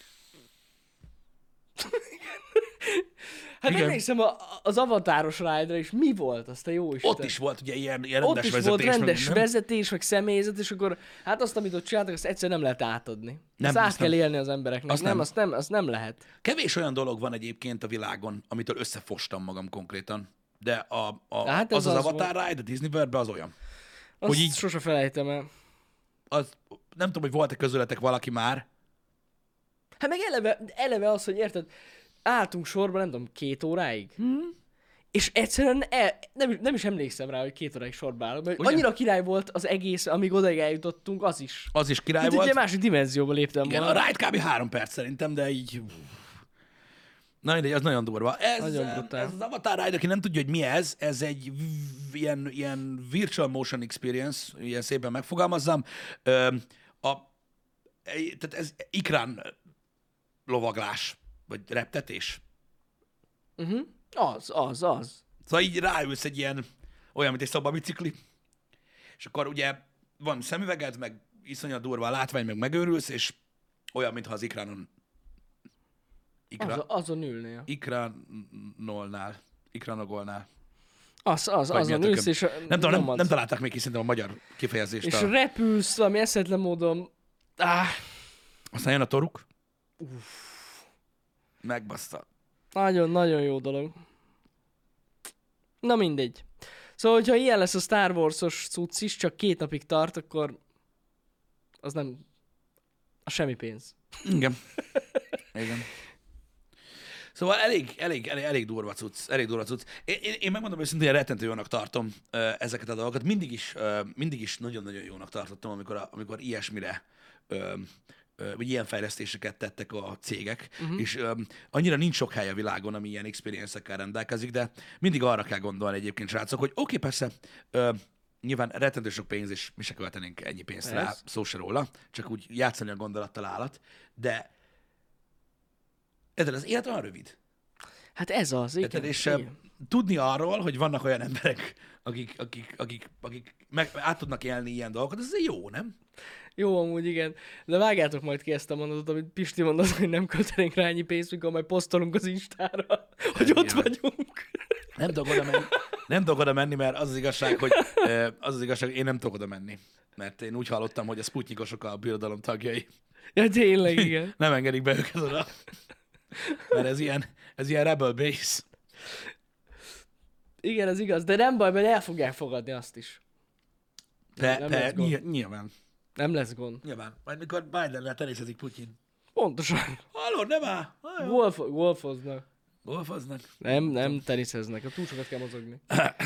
Hát Igen. emlékszem az avatáros ride-ra is mi volt, azt a jó Isten. Ott is volt ugye ilyen Ott rendes is vezetés. volt rendes meg, nem? vezetés, meg személyzet, és akkor hát azt, amit ott csináltak, azt egyszerűen nem lehet átadni. Nem, Azt át azt kell nem. élni az embereknek. Azt nem lehet. Kevés olyan dolog van egyébként a világon, amitől összefostam magam konkrétan. De Hát ez az az Avatar Ride, a Disney Worldben az olyan. Azt Hogy így- sose felejtem el. Az, nem tudom, hogy volt-e közületek valaki már. Hát meg eleve az, hogy érted, álltunk sorban, nem tudom, 2 óráig. És egyszerűen nem is emlékszem rá, hogy 2 óráig sorba állok, mert Ugye? annyira király volt az egész, amíg odaig eljutottunk, az is. Az is király Mint volt. egy ilyen másik dimenzióba léptem Igen, volna. a ride kb. 3 perc szerintem, de így... Na mindegy, az nagyon durva. Nagyon brutál. Ez az Avatar Ride, aki nem tudja, hogy mi ez egy ilyen virtual motion experience, ilyen szépen megfogalmazzam. Tehát ez ikrán lovaglás, vagy reptetés. Az. Szóval így ráülsz egy ilyen, olyan, mint egy szobabicikli, és akkor ugye van szemüveged, meg iszonyat durva a látvány, meg megőrülsz, és olyan, mintha az ikránon... Azon ülnél. Ikranogolnál. Azon ülsz, és Nem tudom, nyomod. nem találták még ki szerintem a magyar kifejezést. És repülsz valami eszetlen módon. Aztán jön a toruk. Megbaszta. Nagyon-nagyon jó dolog. Na mindegy. Szóval, hogyha ilyen lesz a Star Wars-os cucc is, csak 2 napig tart, akkor az nem... A semmi pénz. Igen. Igen. Szóval elég durva cucc, elég durva cucc. Én megmondom őszintén, rettentő jónak tartom ezeket a dolgokat. Mindig is nagyon-nagyon jónak tartottam, amikor ilyesmire vagy ilyen fejlesztéseket tettek a cégek, és annyira nincs sok hely a világon, ami ilyen experience-ekkel rendelkezik, de mindig arra kell gondolni egyébként, srácok, hogy oké, persze, nyilván rettentő sok pénz, és mi se költenénk ennyi pénzt rá, szó se róla, csak úgy játszani a gondolattal állat, de az élet olyan rövid. Hát ez az, igen. És tudni arról, hogy vannak olyan emberek, akik meg át tudnak élni ilyen dolgokat, ez jó, nem? Jó, amúgy igen. De vágjátok majd ki ezt a mondatot, amit Pisti mondott, hogy nem költenénk rá ennyi pénzt, mikor majd posztolunk az Instára, hogy ott vagyunk. Nem tudok oda menni, mert az az igazság, hogy én nem tudok oda menni. Mert én úgy hallottam, hogy a szputnyikosok a birodalom tagjai. Ja, tényleg, igen. Nem engedik be őket oda. Mert ez ilyen rebel base. Igen, ez igaz, de nem baj, mert el fogják fogadni azt is. Nyilván. Nem lesz gond. Nyilván. Majd mikor Bidennel teniszezik Putyin. Pontosan. Hallod, nem áll? Golfoznak. Golfoznak? Nem teniszeznek, a túl sokat kell mozogni.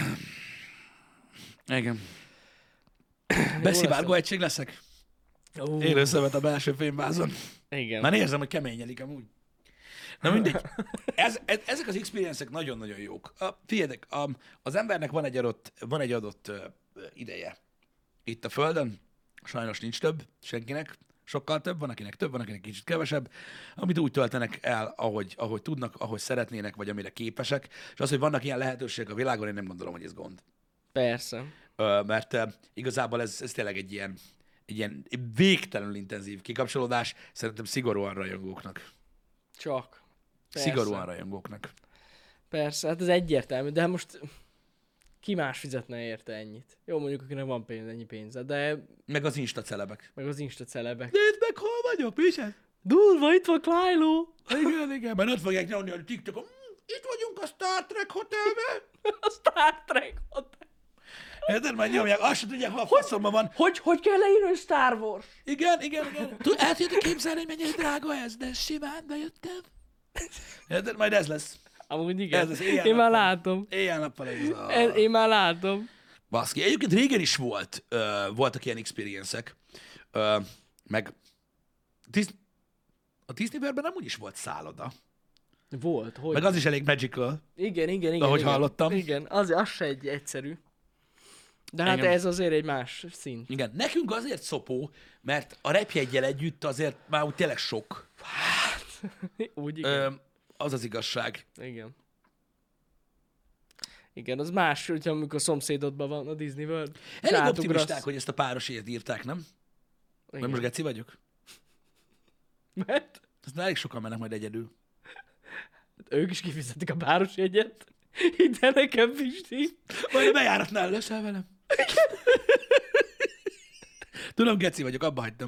Igen. Beszivárgó egység leszek. Élő szemet a belső fémvázon. Igen. Már érzem, hogy keményedik amúgy. Na mindegy. Ezek az experience-ek nagyon-nagyon jók. Figyeljetek, az embernek van egy adott ideje itt a Földön, sajnos nincs több senkinek, sokkal több, van akinek kicsit kevesebb, amit úgy töltenek el, ahogy tudnak, ahogy szeretnének, vagy amire képesek, és az, hogy vannak ilyen lehetőségek a világon, én nem gondolom, hogy ez gond. Persze. Mert igazából ez tényleg egy ilyen végtelenül intenzív kikapcsolódás, szerintem szigorúan rajongóknak. Csak. Persze. Szigorúan rajongóknak. Persze, hát ez egyértelmű, de most ki más fizetne érte ennyit? Jó, mondjuk, akinek van ennyi pénze, de... Meg az Insta celebek. Nézd meg, hol vagyok, mi is ez? Durva, itt van Kylo! Igen, mert ott fogják nyomni a TikTokon. Itt vagyunk a Star Trek hotelben. A Star Trek hotel. Érted? Majd nyomják, azt sem tudják, hol a faszomban van. Hogy kell leírni, hogy Star Wars? Igen. El tudjátok képzelni, hogy mennyire drága ez, de simán bejöttem. Érted? Majd ez lesz. Amúgy igen. Ez Én már látom. Éjjel-nappal Én már látom. Baszki. Egyébként régen is voltak ilyen experience-ek, meg a Disney World-ben nem úgyis volt szálloda. Volt, hogy? Meg az is elég magical. Igen. Ahogy hallottam. Igen, az se egyszerű. De hát ez azért egy más szint. Igen, nekünk azért szopó, mert a repjeggyel együtt azért már úgy tényleg sok. Úgy igen. Az az igazság. Igen. Igen, az más, hogyha amikor szomszédodban van a Disney World. Elég optimisták, hogy ezt a páros ilyet írták, nem? Igen. Vagy most geci vagyok? Mert? Ezt elég sokan mennek majd egyedül. Ők is kifizetik a páros jegyet. Ide nekem, Pisti. Majd a bejáratnál leszel velem. Tudom, geci vagyok, abba hagytam.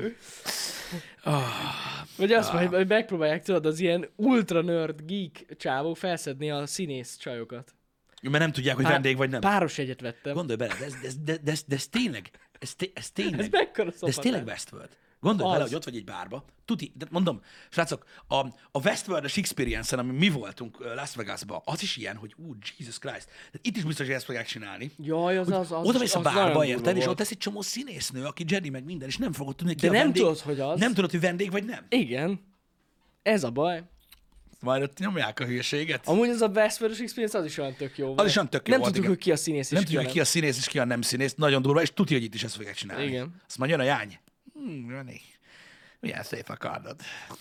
Vagy azt majd, hogy megpróbálják, tudod, az ilyen ultra nerd geek csávók felszedni a színész csajokat. Mert nem tudják, hogy vendég vagy nem. Páros jegyet vettem. Gondolj bele, de ez tényleg, ez tényleg, Ez mekkora de ez tényleg Westworld. Gondolj bele, hogy ott vagy egy bárba. Tuti, de mondom, srácok, a Westworld-es experience-en, ami mi voltunk Las Vegasban, az is ilyen, hogy Jesus Christ. De itt is biztos, hogy ezt fogják csinálni. Jaj, az oda mész a bárba, érted, és ott lesz egy csomó színésznő, aki Jenny meg minden, és nem fogod tudni, ki de a nem vendég. tudod, hogy az. Nem tudod, hogy vendég vagy nem. Igen. Ez a baj. Majd ott nyomják a hülyeséget. Amúgy az a Westworld experience az is olyan tök jó volt. Az is olyan tök jó nem volt, tudjuk, igen. hogy ki a színész Nem tudjuk, hogy ki a színész és ki a nem színész. Nagyon durva, és tudja, hogy itt is ezt fogják csinálni. Igen. Azt majd jön a jány. Jönni. Milyen szép a kardod.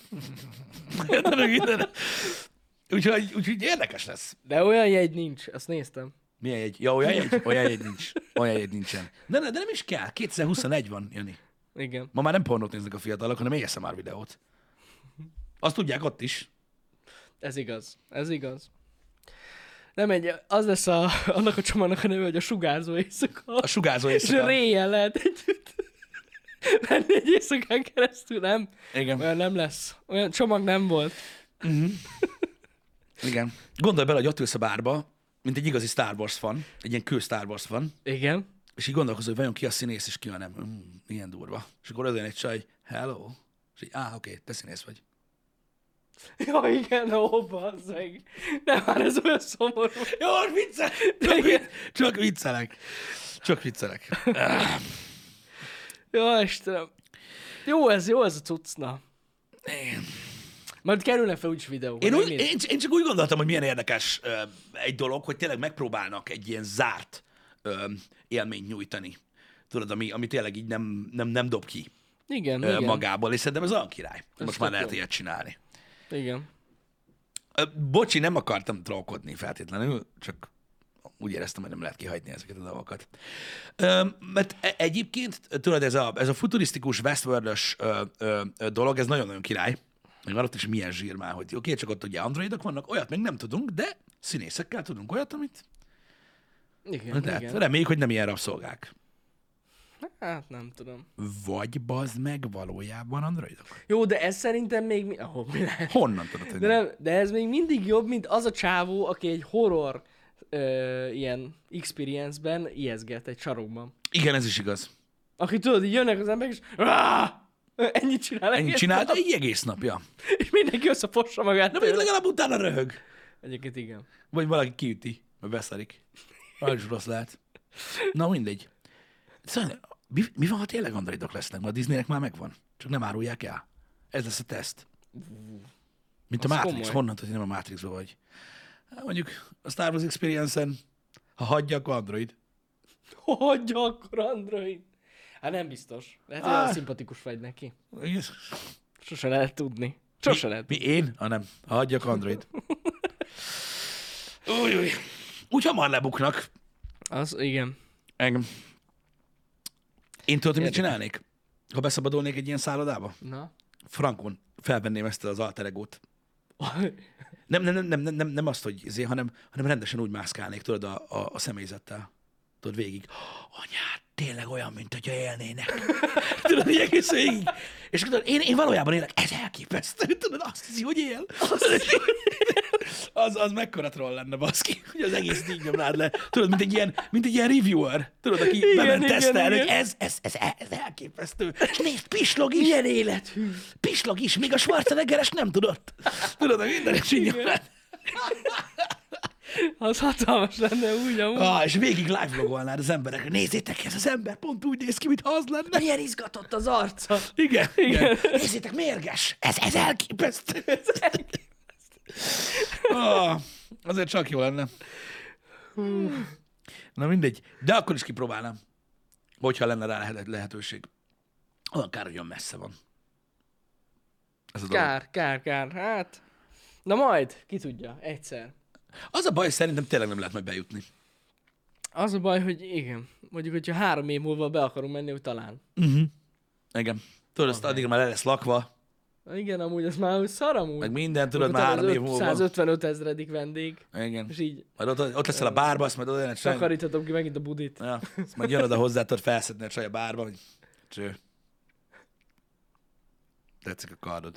Úgyhogy érdekes lesz. De olyan jegy nincs, azt néztem. Milyen jegy? Ja, olyan jegy nincs. Olyan jegy nincsen. De nem is kell. 2021 van, Jani. Igen. Ma már nem pornót néznek a fiatalok, hanem ASMR videót. Azt tudják ott is. Ez igaz. Nem az lesz annak a csomagnak a neve, hogy a sugárzó éjszaka. A sugárzó éjszaka. És réjjel lehet együtt menni egy éjszakán keresztül, nem? Igen. Olyan nem lesz. Olyan csomag nem volt. Igen. Gondolj bele, hogy ott ülsz a bárba, mint egy igazi Star Wars fan, egy ilyen kő Star Wars fan, Igen. és így gondolkozol, hogy vajon ki a színész, és ki a nem. Milyen durva. És akkor odajön egy csaj, hello. És így, oké, te színész vagy. Ja, igen, ó, bazzeg. De már ez olyan szomorú. Jó, most viccelek. Csak viccelek. Csak viccelek. Jó, Istenem. Jó ez a cuccna. Igen. Majd kerülnek fel úgyis videók. Én csak úgy gondoltam, hogy milyen érdekes egy dolog, hogy tényleg megpróbálnak egy ilyen zárt élményt nyújtani. Tudod, ami tényleg így nem dob ki Igen. magából, és szerintem ez olyan király. Most már lehet jó. ilyet csinálni. Igen. Bocsi, nem akartam trollkodni feltétlenül, csak úgy éreztem, hogy nem lehet kihagyni ezeket a dolgokat. Mert egyébként, tudod, ez a futurisztikus Westworld-ös dolog, ez nagyon-nagyon király. Még van ott is milyen zsír már, hogy oké, csak ott ugye androidok vannak, olyat még nem tudunk, de színészekkel tudunk olyat, amit Igen. reméljük, hogy nem ilyen rabszolgák. Hát nem tudom. Vagy bazd meg valójában androidok? Jó, de ez szerintem még... mi lehet? Honnan tudod, hogy De ez még mindig jobb, mint az a csávó, aki egy horror ilyen experience-ben ijeszget egy sarokban. Igen, ez is igaz. Aki tudod, így jönnek az emberek, és ennyit csinál. Ennyit csinál, de így egész napja. És mindenki összefossa magát. De még legalább utána röhög. Egyébként igen. Vagy valaki kiüti, vagy beszarik. Az is rossz lehet. Na mindegy. Szóval, mi van, ha tényleg androidok lesznek? Mert a Disneynek már megvan. Csak nem árulják el. Ez lesz a teszt. Mint a Az Matrix. komoly. Honnan tudod, hogy nem a Matrixban vagy? Hát mondjuk a Star Wars Experience-en, ha hagyja, akkor android. Hagyja akkor Android. Hát nem biztos. Lehet, hogy olyan szimpatikus vagy neki. Igen. Sose lehet tudni. Sose lehet. Mi én? Nem. Ha hagyjak, android. Új. Úgy hamar lebuknak. Az, igen. Engem. Én tudod, hogy mit csinálnék? Ha beszabadulnék egy ilyen szállodába? Na. Frankon felvenném ezt az alter egót. Nem azt, hogy hanem rendesen úgy mászkálnék, tudod, a személyzettel. Tudod, végig. Anyád, tényleg olyan, mint hogyha élnének. Tudod, így egész végig. És tudod, én valójában élek. Ez elképesztő. Tudod, azt hiszi, hogy él. Az mekkora troll lenne, baszki, hogy az egész így nyomnád le. Tudod, mint egy ilyen reviewer. Tudod, aki bement tesztelni, hogy ez elképesztő. És nézd, pislog is. Milyen élethű. Pislog is, még a Schwarzeneggeres nem tudott. Tudod, hogy minden is így nyomnád. Az hatalmas lenne úgy amúgy. És végig live vlogolnád az emberek. Nézzétek, ez az ember pont úgy néz ki, mintha az lenne. Milyen izgatott az arca. Igen. Nézzétek, mérges. Ez elképesztő. Azért csak jó lenne. Na mindegy. De akkor is kipróbálnám. Hogyha lenne rá lehetőség. Olyan kár, hogy olyan messze van. Ez a dolog. Kár. Hát, na majd, ki tudja, egyszer. Az a baj, szerintem tényleg nem lehet majd bejutni. Az a baj, hogy igen, mondjuk, hogyha 3 év múlva be akarunk menni, hogy talán. Igen. Tudod, azt addig már le lesz lakva, Igen, amúgy ez már úgy szar amúgy. meg minden, tudod, Akkor már talán 3 év múlva. 155 000. vendég, Igen. és így Majd ott leszel a bárba, azt majd oda jön egy csaj. takaríthatom ki megint a budit. Ja, azt majd jön oda hozzá, tudod felszedni a csaj a bárba, hogy cső. Tetszik a kardod.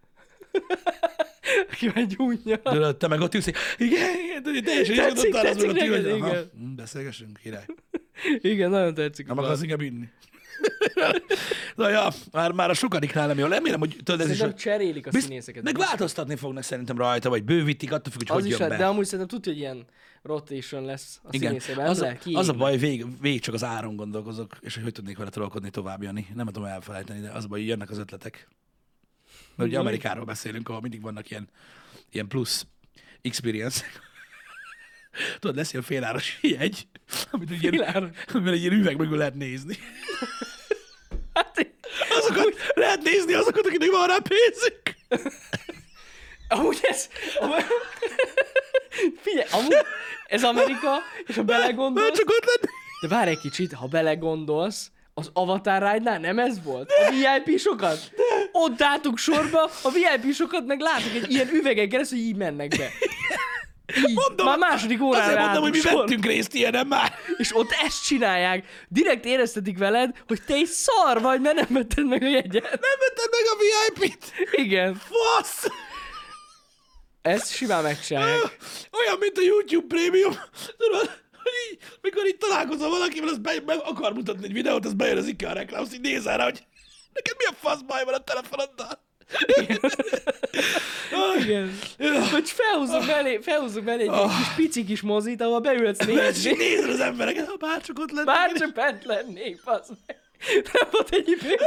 Ki megy gyújtja. Tudod, te meg ott ülsz, hogy igen, tudod, teljesen Tetszik, izgatott az tetszik meg ott ül, neked, hogy aha, igen. beszélgessünk, király. Igen, nagyon tetszik. Nem akarsz inkább inni. Na ja, már a sokadiknál nem jó. Remélem, hogy tudod, ez is... Szerintem cserélik a színészeket. Meg változtatni fognak szerintem rajta, vagy bővítik, attól függ, hogy Az hogy is jön lehet, be. de amúgy szerintem tudja, hogy ilyen rotation lesz a Igen, színészében. az a baj, végig csak az áron gondolkozok, és hogy tudnék vele trollkodni tovább, Jani. Nem tudom elfelejteni, de az a baj, hogy jönnek az ötletek. Mert ugye Amerikáról beszélünk, ahol mindig vannak ilyen plusz experience. Tudod, lesz ilyen féláros jegy, amit amivel egy ilyen üveg mögül lehet nézni. Hát, Lehet nézni azokat, akiknek van rá pénzük. amúgy ez... Figyelj, amúgy ez Amerika, és ha belegondolsz... Csak ott lenni. De várj egy kicsit, ha belegondolsz, az Avatar Ride-nál nem ez volt? A VIP-sokat? Ott álltunk sorba, a VIP-sokat meg látok egy ilyen üvegen keresztül, hogy így mennek be. Így. Mondom, Már második órára azért mondom, hogy mi sorba. vettünk részt ilyenen már. És ott ezt csinálják. Direkt éreztetik veled, hogy te egy szar vagy, mert nem vetted meg a jegyet. Nem vetted meg a VIP-t. Igen. Fasz! Ezt simán megcsinálják. Olyan, mint a YouTube Premium. Tudod, hogy így, mikor így találkozol valakivel, az be akar mutatni egy videót, az bejön az IKEA reklám, azt így nézel rá, hogy neked mi a fasz baj van a telefonoddal? Igen. Hogy felhúzzuk mellé egy ilyen kis pici kis mozit, ahol beülsz És nézni. nézed az embereket, ha bárcsak ott lennék. Bárcsak bent lennék, basz meg. Nem volt ennyi pénz.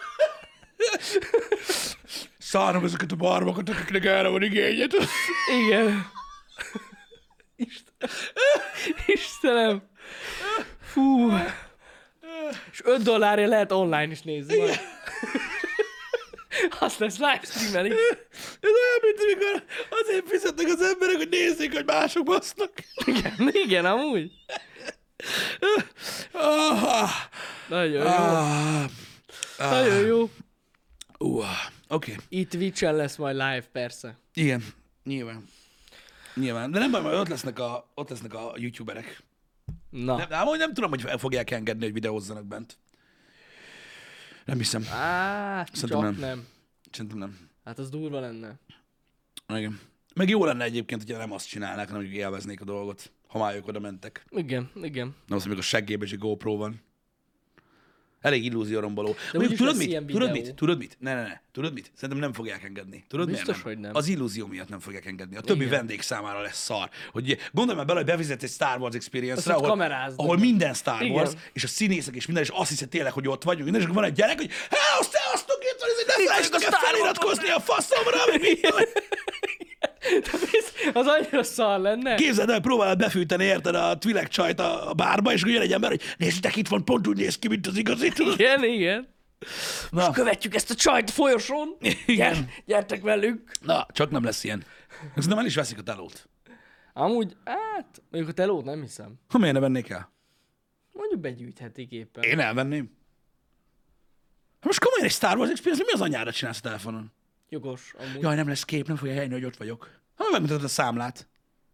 Szárom ezeket a barmokat, akiknek erre van igényed. Igen. Istenem. Fú. És $5 lehet online is nézni. Majd. Azt lesz livestreamelik. Ez olyan, mint amikor azért fizetnek az emberek, hogy nézzék, hogy mások basznak. Igen, amúgy. Nagyon jó. Nagyon jó. Oké. Itt Twitch-en lesz majd live, persze. Igen, nyilván. De nem baj, majd ott lesznek a youtuberek. Na. De amúgy nem tudom, hogy el fogják engedni, hogy videózzanak bent. Nem hiszem. Csak nem. Szerintem nem. Hát az durva lenne. Igen. Meg jó lenne egyébként, hogyha nem azt csinálnák, hanem hogy élveznék a dolgot, ha már ők oda mentek. Igen. Nem az, amikor a seggében is egy GoPro van. Elég illúzióromboló. úgyis Tudod lesz mit? ilyen Tudod videó. mit? Tudod mit? Ne. Tudod mit? Szerintem nem fogják engedni. Tudod Biztos, miért hogy nem. Az illúzió miatt nem fogják engedni. A többi Igen. vendég számára lesz szar. Hogy gondolj már bele, hogy bevezet egy Star Wars Experience-re, Azt ott ahol, kameráznak. ahol minden Star Igen. Wars, és a színészek és minden, és azt hiszed tényleg, hogy ott vagyunk. És akkor van egy gyerek, hogy szevasztok, itt van, ez ne felejtsd el feliratkozni a faszomra, hogy mi. Az annyira szar lenne. Képzeld el, próbálod befűteni, érted, a Twi'lek csajt a bárba, és akkor jön egy ember, hogy nézzétek, itt van, pont úgy néz ki, mint az igazi. Igen. Na, Követjük ezt a csajt a folyosón. Gyertek velünk. na, csak nem lesz ilyen. Szerintem el is veszik a telót. Amúgy, hát, mondjuk a telót nem hiszem. Ha miért ne vennék el? Mondjuk begyűjthetik éppen. Én elvenném. Most komolyan egy Star Wars Experience, mi az anyára csinálsz a telefonon? Jogos, amúgy. Jaj, nem lesz kép, nem fogja helyni, hogy ott vagyok. Ha megmutatod a számlát.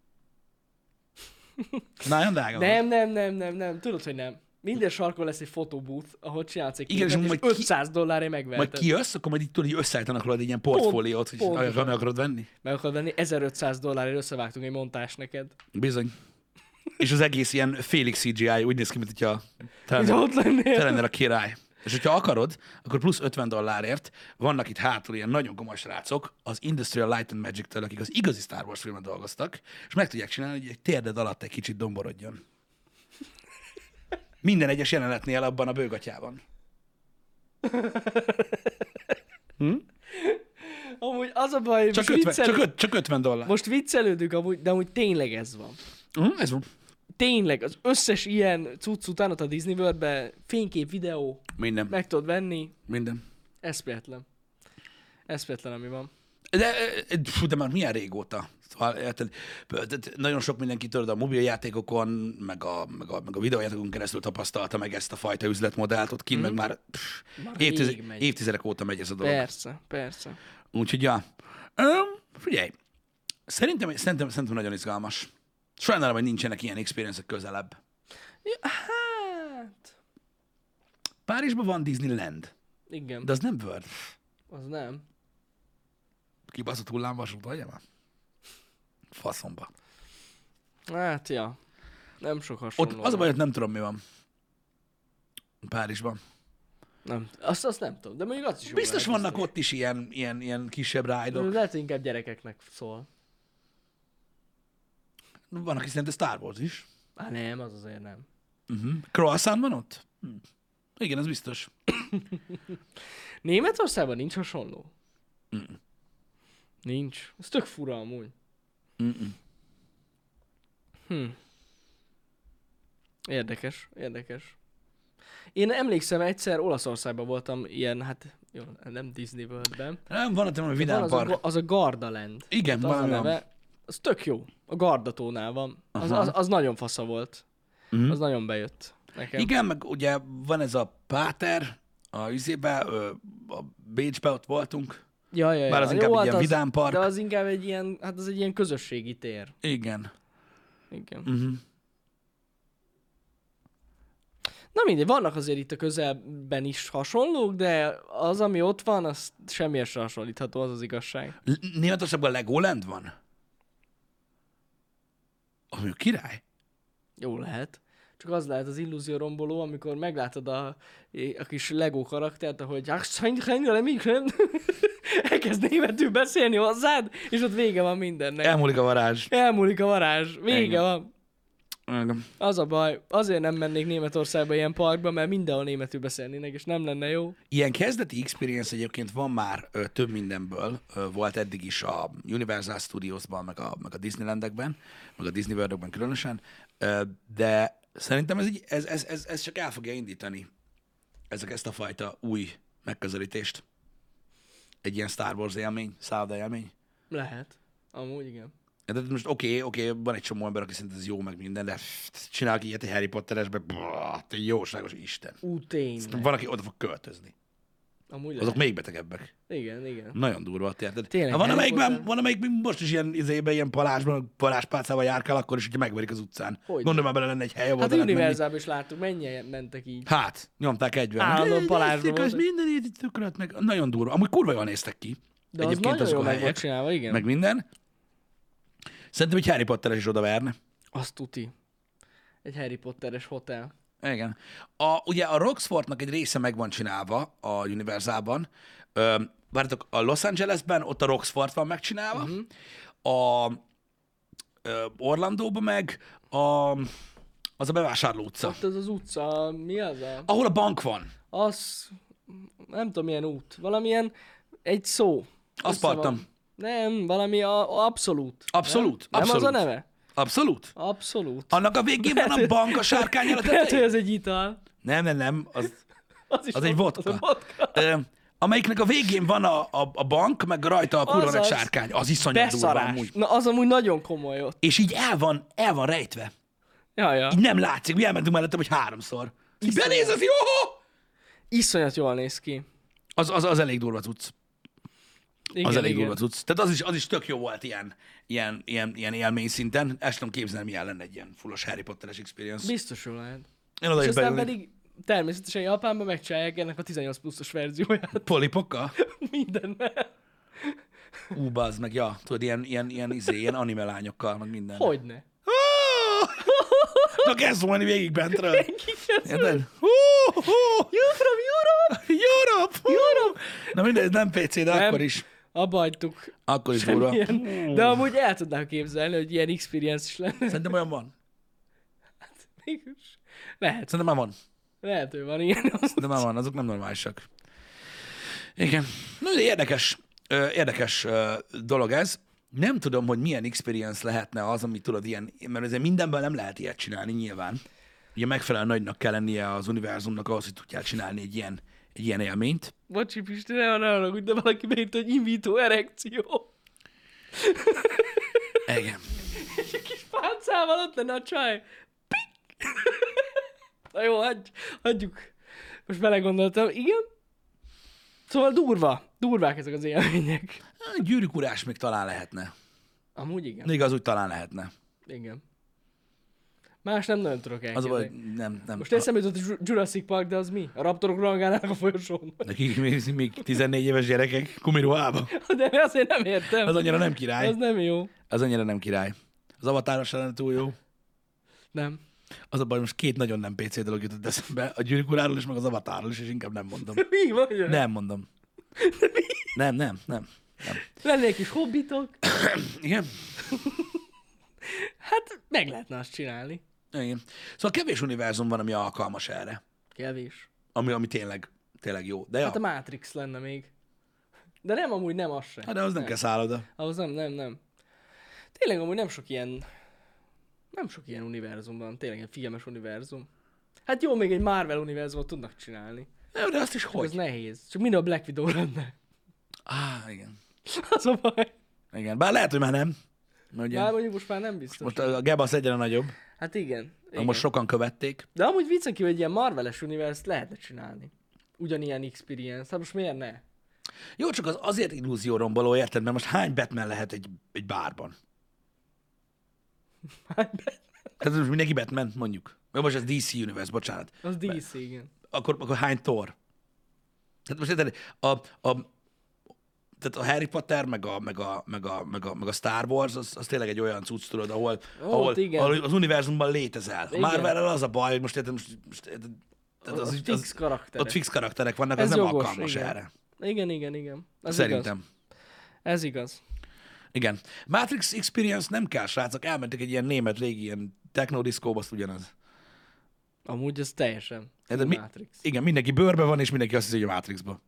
Nagyon drága van. Nem. Tudod, hogy nem. Minden sarkon lesz egy fotobooth, ahol csinálsz egy Igen, képet, és és majd $500 megveheted. Majd kijössz, akkor majd itt tudod, hogy összeállítanak rólad egy ilyen portfóliót, hogy pontosan. meg akarod venni. Meg akarod venni, $1500 összevágtunk egy montás neked. Bizony. És az egész ilyen félig CGI, úgy néz ki, mint hogyha De ott lennél. te lennél a király. És hogyha akarod, akkor plusz $50 vannak itt hátul ilyen nagyon komoly srácok az Industrial Light and Magic-től, akik az igazi Star Wars filmet dolgoztak, és meg tudják csinálni, hogy egy térded alatt egy kicsit domborodjon. Minden egyes jelenetnél abban a bőgatyában. Amúgy az a baj, Csak $50. Most viccelődünk amúgy, de amúgy tényleg ez van. Ez van. Tényleg, az összes ilyen cucc után ott a Disney World-be fénykép, videó, Minden. meg tudod venni. Minden. Eszméletlen. Eszméletlen, ami van. De már milyen régóta? Szóval, érted, nagyon sok mindenki tudod a mobiljátékokon, meg a videójátékokon keresztül tapasztalta meg ezt a fajta üzletmodellt, ott kint meg már rég megy. évtizedek óta megy ez a dolog. Persze. Úgyhogy, ja. Figyelj, szerintem nagyon izgalmas. Sajnálom, hogy nincsenek ilyen experience-ek közelebb. Ja, hát... Párizsban van Disneyland, Igen, de az nem World. az nem. Kibaszott hullámvasút, vagy már? Faszomba. Hát, ja. Nem sok hasonló. Ott az a baj, hogy nem tudom, mi van. Párizsban. Nem. Azt nem tudom, de mondjuk azt is jó Biztos lehet, vannak ott is ilyen kisebb rájdok. Lehet, hogy inkább gyerekeknek szól. Van, aki szerint Star Wars is. Nem, az azért nem. Croissant van ott? Igen, ez biztos. Németországban nincs hasonló? Nincs. Ez tök fura amúgy. Érdekes. Én emlékszem, egyszer Olaszországban voltam ilyen, hát jó, nem Disney World-ben. Nem, van ott valami Van vidám az, park. az a Gardaland. Igen, Az a valami van. neve. Az tök jó. A Gardatónál van. Az nagyon fasza volt. Az nagyon bejött nekem. Igen, meg ugye van ez a Páter, a üzébe, a Bécsbe ott voltunk. Ja. Bár az inkább egy ilyen vidám park. De az inkább egy ilyen, hát az egy ilyen közösségi tér. Igen. Igen. Na mindegy, vannak azért itt a közelben is hasonlók, de az, ami ott van, az semmihez sem hasonlítható, az az igazság. Németországban Legoland van? Ami király. Jó lehet. csak az lehet az illúzió romboló, amikor meglátod a kis Lego karaktert, ahogy elkezd németül beszélni hozzád, és ott vége van mindennek. Elmúlik a varázs. Elmúlik a varázs. Vége Igen. van. Igen. Az a baj. Azért nem mennék Németországba ilyen parkba, mert mindenhol németül beszélnének, és nem lenne jó. Ilyen kezdeti experience egyébként van már több mindenből. Volt eddig is a Universal Studiosban, meg a Disneylandekben, meg a Disney Worldokban különösen, de szerintem ez csak el fogja indítani ezt a fajta új megközelítést. Egy ilyen Star Wars élmény, szálloda élmény. Lehet. Amúgy igen. De most oké, van egy csomó ember, aki szerint ez jó, meg minden, de csinálok ilyet egy Harry Potteresbe, te jóságos Isten. Tényleg. Van, aki oda fog költözni. Amúgy Azok lehet. még betegebbek. Igen. Nagyon durva, érted? Tényleg, Ha van, Harry Potter? amelyik most is ilyen palázspálcával járkál, akkor is, hogyha megverik az utcán. Hogyne. Gondolom, már bele lenne egy hely, ahol Hát a oda lehet menni. Universalban is láttuk, mennyien mentek így. Hát, nyomták egyben. Állandóan palázsba Ez voltak. minden így tökölet, meg nagyon durva. Amúgy kurva jól néztek ki. De az Egyébként nagyon azok jól a meg volt helyek, csinálva, igen. meg minden. Szerintem egy Harry Potteres is oda verne. Azt tuti. Egy Harry Potteres hotel. Igen. Ugye a Roxfortnak egy része meg van csinálva a Universalban. Várjátok, a Los Angelesben ott a Roxfort van megcsinálva. A Orlandóban meg az a bevásárló utca. Ott az az utca, mi az Ahol a bank van. Az, nem tudom milyen út. Valamilyen, egy szó. Azt Össze van. partam. Nem, valami abszolút. Abszolút, Nem? abszolút. Nem az a neve? Abszolút. Abszolút. Annak a végén van a bank a sárkánnyal a Lehet, hogy tetején. ez egy ital. Nem. Is Az egy vodka. Az a vodka. Amelyiknek a végén van a bank, meg rajta a kurva nagy Azaz. sárkány. Az iszonyat durva Beszarás. amúgy. Na, az amúgy nagyon komoly ott. És így el van rejtve. Ja. Így nem látszik. Mi elmentünk mellettem, hogy 3-szor. Így Iszonyat. benéz az, jó! Iszonyat jól néz ki. Az elég durva cucc. Igen, Az elég igen. durva cucc. Tehát az is tök jó volt ilyen élmény szinten. Ezt tudom képzelni, milyen lenne egy ilyen fullos Harry Potteres experience. Biztos jól lehet. Én oda És is aztán beülnék. pedig természetesen Japánban megcsinálják ennek a 18 pluszos verzióját. Polipokkal? Mindennel. Bazd meg, ja. Tudod, ilyen anime lányokkal, meg minden. Hogyne. Na kezd volni végig bentről. Érted? You from Europe! Europe! Na mindegy, nem PC, de Nem. akkor is. Abba hagytuk. Akkor is durva. Semmilyen. De amúgy el tudnám képzelni, hogy ilyen experience is lenne. Szerintem olyan van. Mégis. Lehet. Szerintem már van. Lehet, hogy van ilyen. De már van, azok nem normálisak. Igen. No, de érdekes dolog ez. Nem tudom, hogy milyen experience lehetne az, ami tudod ilyen, mert azért mindenben nem lehet ilyet csinálni nyilván. Ugye megfelelően nagynak kell lennie az univerzumnak ahhoz, hogy tudjál csinálni egy ilyen élményt. Bocsi, Pisti, ne haragudj, de valaki beírta, hogy in vitro erekció. Igen. És egy kis páncával ott lenne a csaj. Pik! Na jó, hagyjuk. Most belegondoltam. Igen? Szóval durvák ezek az élmények. Gyűrűk még talán lehetne. Amúgy igen. Igaz, úgy talán lehetne. Igen. Más nem nagyon tudok Az a baj, elképzelni. nem. Most eszembe jutott a Jurassic Park, de az mi? A raptorok rohangálnának a folyosón. Nekik még 14 éves gyerekek kumiruhába. De azért nem értem. Az annyira nem király. Az nem jó. Az annyira nem király. Az avatáros lenne túl jó. Nem. Az a baj, most két nagyon nem PC dolog jutott eszembe. A Gyűrűk uráról is, meg az avatárról is, és inkább nem mondom. Mi van? Nem mondom. Nem. Lennék kis hobbitok. Igen? Hát meg lehetne azt csinálni. Igen. Szóval kevés univerzum van, ami alkalmas erre. Kevés. Ami tényleg jó. De ja. Hát a Matrix lenne még. De nem, amúgy nem az sem. Hát de az nem kell szálloda. Ahhoz nem. Tényleg amúgy nem sok ilyen univerzum van. Tényleg egy filmes univerzum. Hát jó, még egy Marvel univerzumot tudnak csinálni. Ja, de azt is Csak hogy? az nehéz. Csak minden a Black Widow lenne. Igen. Az a baj. Igen. Bár lehet, hogy már nem. Ugye? Már mondjuk most már nem biztos. Most a gebasz egyre nagyobb. Hát igen. Most sokan követték. De amúgy viccen kívül egy ilyen Marvel-es univerzt lehetne csinálni. Ugyanilyen experience. Hát most miért ne? Jó, csak az azért illúzió romboló, érted? Mert most hány Batman lehet egy bárban? Tehát most mindenki Batman, mondjuk. Vagy most ez DC Universe, bocsánat. Az DC, igen. Akkor hány Thor? Tehát most érted, tehát a Harry Potter, meg a Star Wars, az tényleg egy olyan cucc, tudod, ahol igen. az univerzumban létezel. A Igen. Marvel-el az a baj, hogy most tehát Az fix karakterek. ott fix karakterek vannak, Ez az nem jogos, alkalmas igen. erre. Igen. Ez Szerintem. igaz. Ez igaz. Igen. Matrix Experience nem kell, srácok, elmentek egy ilyen német régi ilyen technodiszkóba, azt ugyanaz. Amúgy ez teljesen De Matrix. Igen, mindenki bőrbe van, és mindenki azt hiszi, hogy a Matrixba.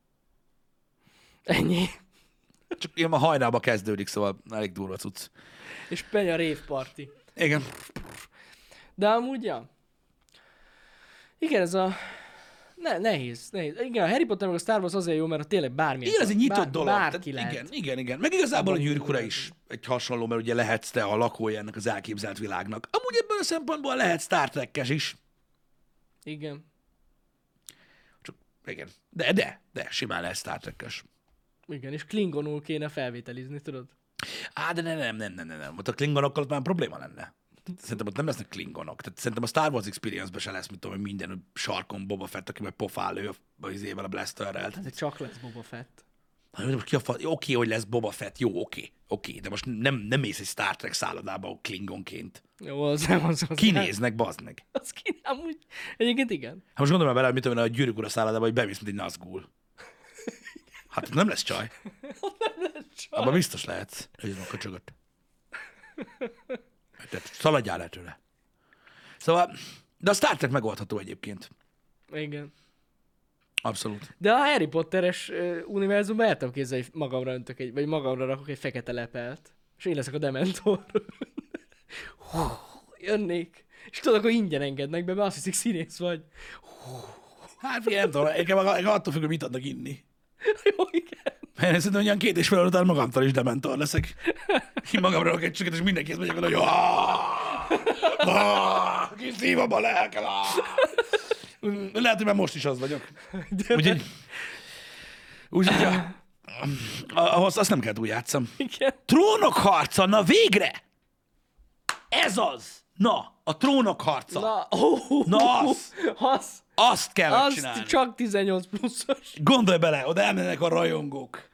Ennyi. Csak ilyen a hajnalba kezdődik, szóval elég durva cucc. És megy a rave party. Igen. De amúgy, ja. Igen, ez a... Nehéz. Igen, a Harry Potter meg a Star Wars azért jó, mert tényleg bármilyen. Igen, ez egy nyitott dolog. Bárki Tehát lehet. igen. Meg igazából a Gyűrűk Ura is egy hasonló, mert ugye lehetsz te a lakója ennek az elképzelt világnak. Amúgy ebből a szempontból lehet Star Trek-es is. Igen. Csak, igen. De simán lehet Star Trek-es. Igen, és klingonul kéne felvételizni, tudod? De nem. Ott a klingonokkal ott már probléma lenne. Szerintem ott nem lesznek klingonok. Tehát szerintem a Star Wars Experience-ben se lesz, mint tudom, hogy minden sarkon Boba Fett, aki meg pofál ő a izével, a blasterrel. Hát csak lesz Boba Fett. Oké, hogy lesz Boba Fett, jó, oké, de most nem mész egy Star Trek szállodába klingonként. Jó, az nem az. Kinéznek, bazd meg. Az ki, amúgy. Egyébként igen. Hát most gondolom bele, hogy mit tudom, a Gyűrűk Ura szállodába, hogy bemész, mint egy Nazgul. Hát nem lesz csaj. Abban biztos lehetsz. Egy a köcsögöt. Tehát szaladjál el tőle. Szóval, de a Star Trek megoldható egyébként. Igen. Abszolút. De a Harry Potteres univerzumban el tudom képzelni, hogy magamra öntök vagy magamra rakok egy fekete lepelt, és én leszek a Dementor. Jönnék. És tudod, akkor ingyen engednek be, mert azt hiszik színész vagy. Hát figyelj, nem tudom, nekem attól függ, hogy mit adnak inni. Jó, igen. Én szerintem, hogy olyan 2,5 óra után magamtól is Dementor leszek. Én magamra rakok egy csöket, és mindenki ezt mondja, hogy kiszívom a lelkem. Lehet, hogy már most is az vagyok. Úgyhogy ahhoz azt nem kell túl játszam. Igen. Trónok harca, na végre! Ez az! Na, a trónok harca. Na az! Azt kell megcsinálni. Azt csak 18 pluszos. Gondolj bele, oda elmennek a rajongók.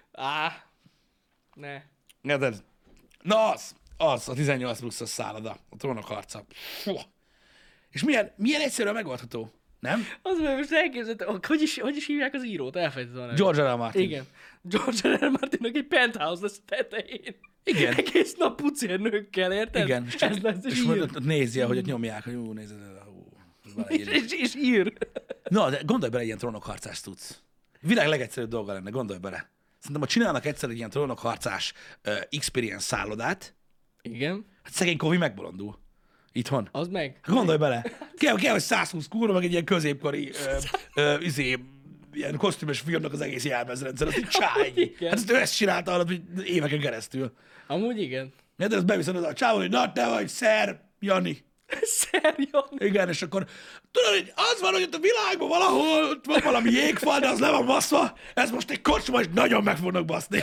Ne. Érted? Na az a 18 pluszos szálloda, a trónok harca. Fú. És milyen egyszerűen megoldható, nem? Az, mert most elképzeltem, hogy is hívják az írót? Elfelejtettem a nevét. George R. R. Martin. Igen. George R. R. Martinnak egy penthouse lesz a tetején. Igen. Egész nap pucérnőkkel, érted? Igen. Ez lesz, és ír. ott nézi, hogy ott nyomják, hogy nézd, És ír. Na, de gondolj bele, ilyen trónokharcás tudsz. Világ legegyszerűbb dolga lenne, gondolj bele. Szerintem, ha csinálnak egyszer egy ilyen trónokharcás experience szállodát, Igen. hát szegény Kovi megbolondul. Itthon. Az meg. Gondolj bele. Kell, hogy 120 kurva, meg egy ilyen középkori ilyen kosztümös filmnek az egész jelmezrendszer. Az egy csáj. Igen. Hát ezt csinálta alatt, hogy éveken keresztül. Amúgy igen. De ezt beviszed a csávon, hogy na, te vagy Szer Jani. Szerjon. Igen, és akkor tudod, hogy az van, hogy ott a világban valahol ott van valami jégfal, de az le van baszva, ez most egy kocsma, és nagyon meg fognak baszni.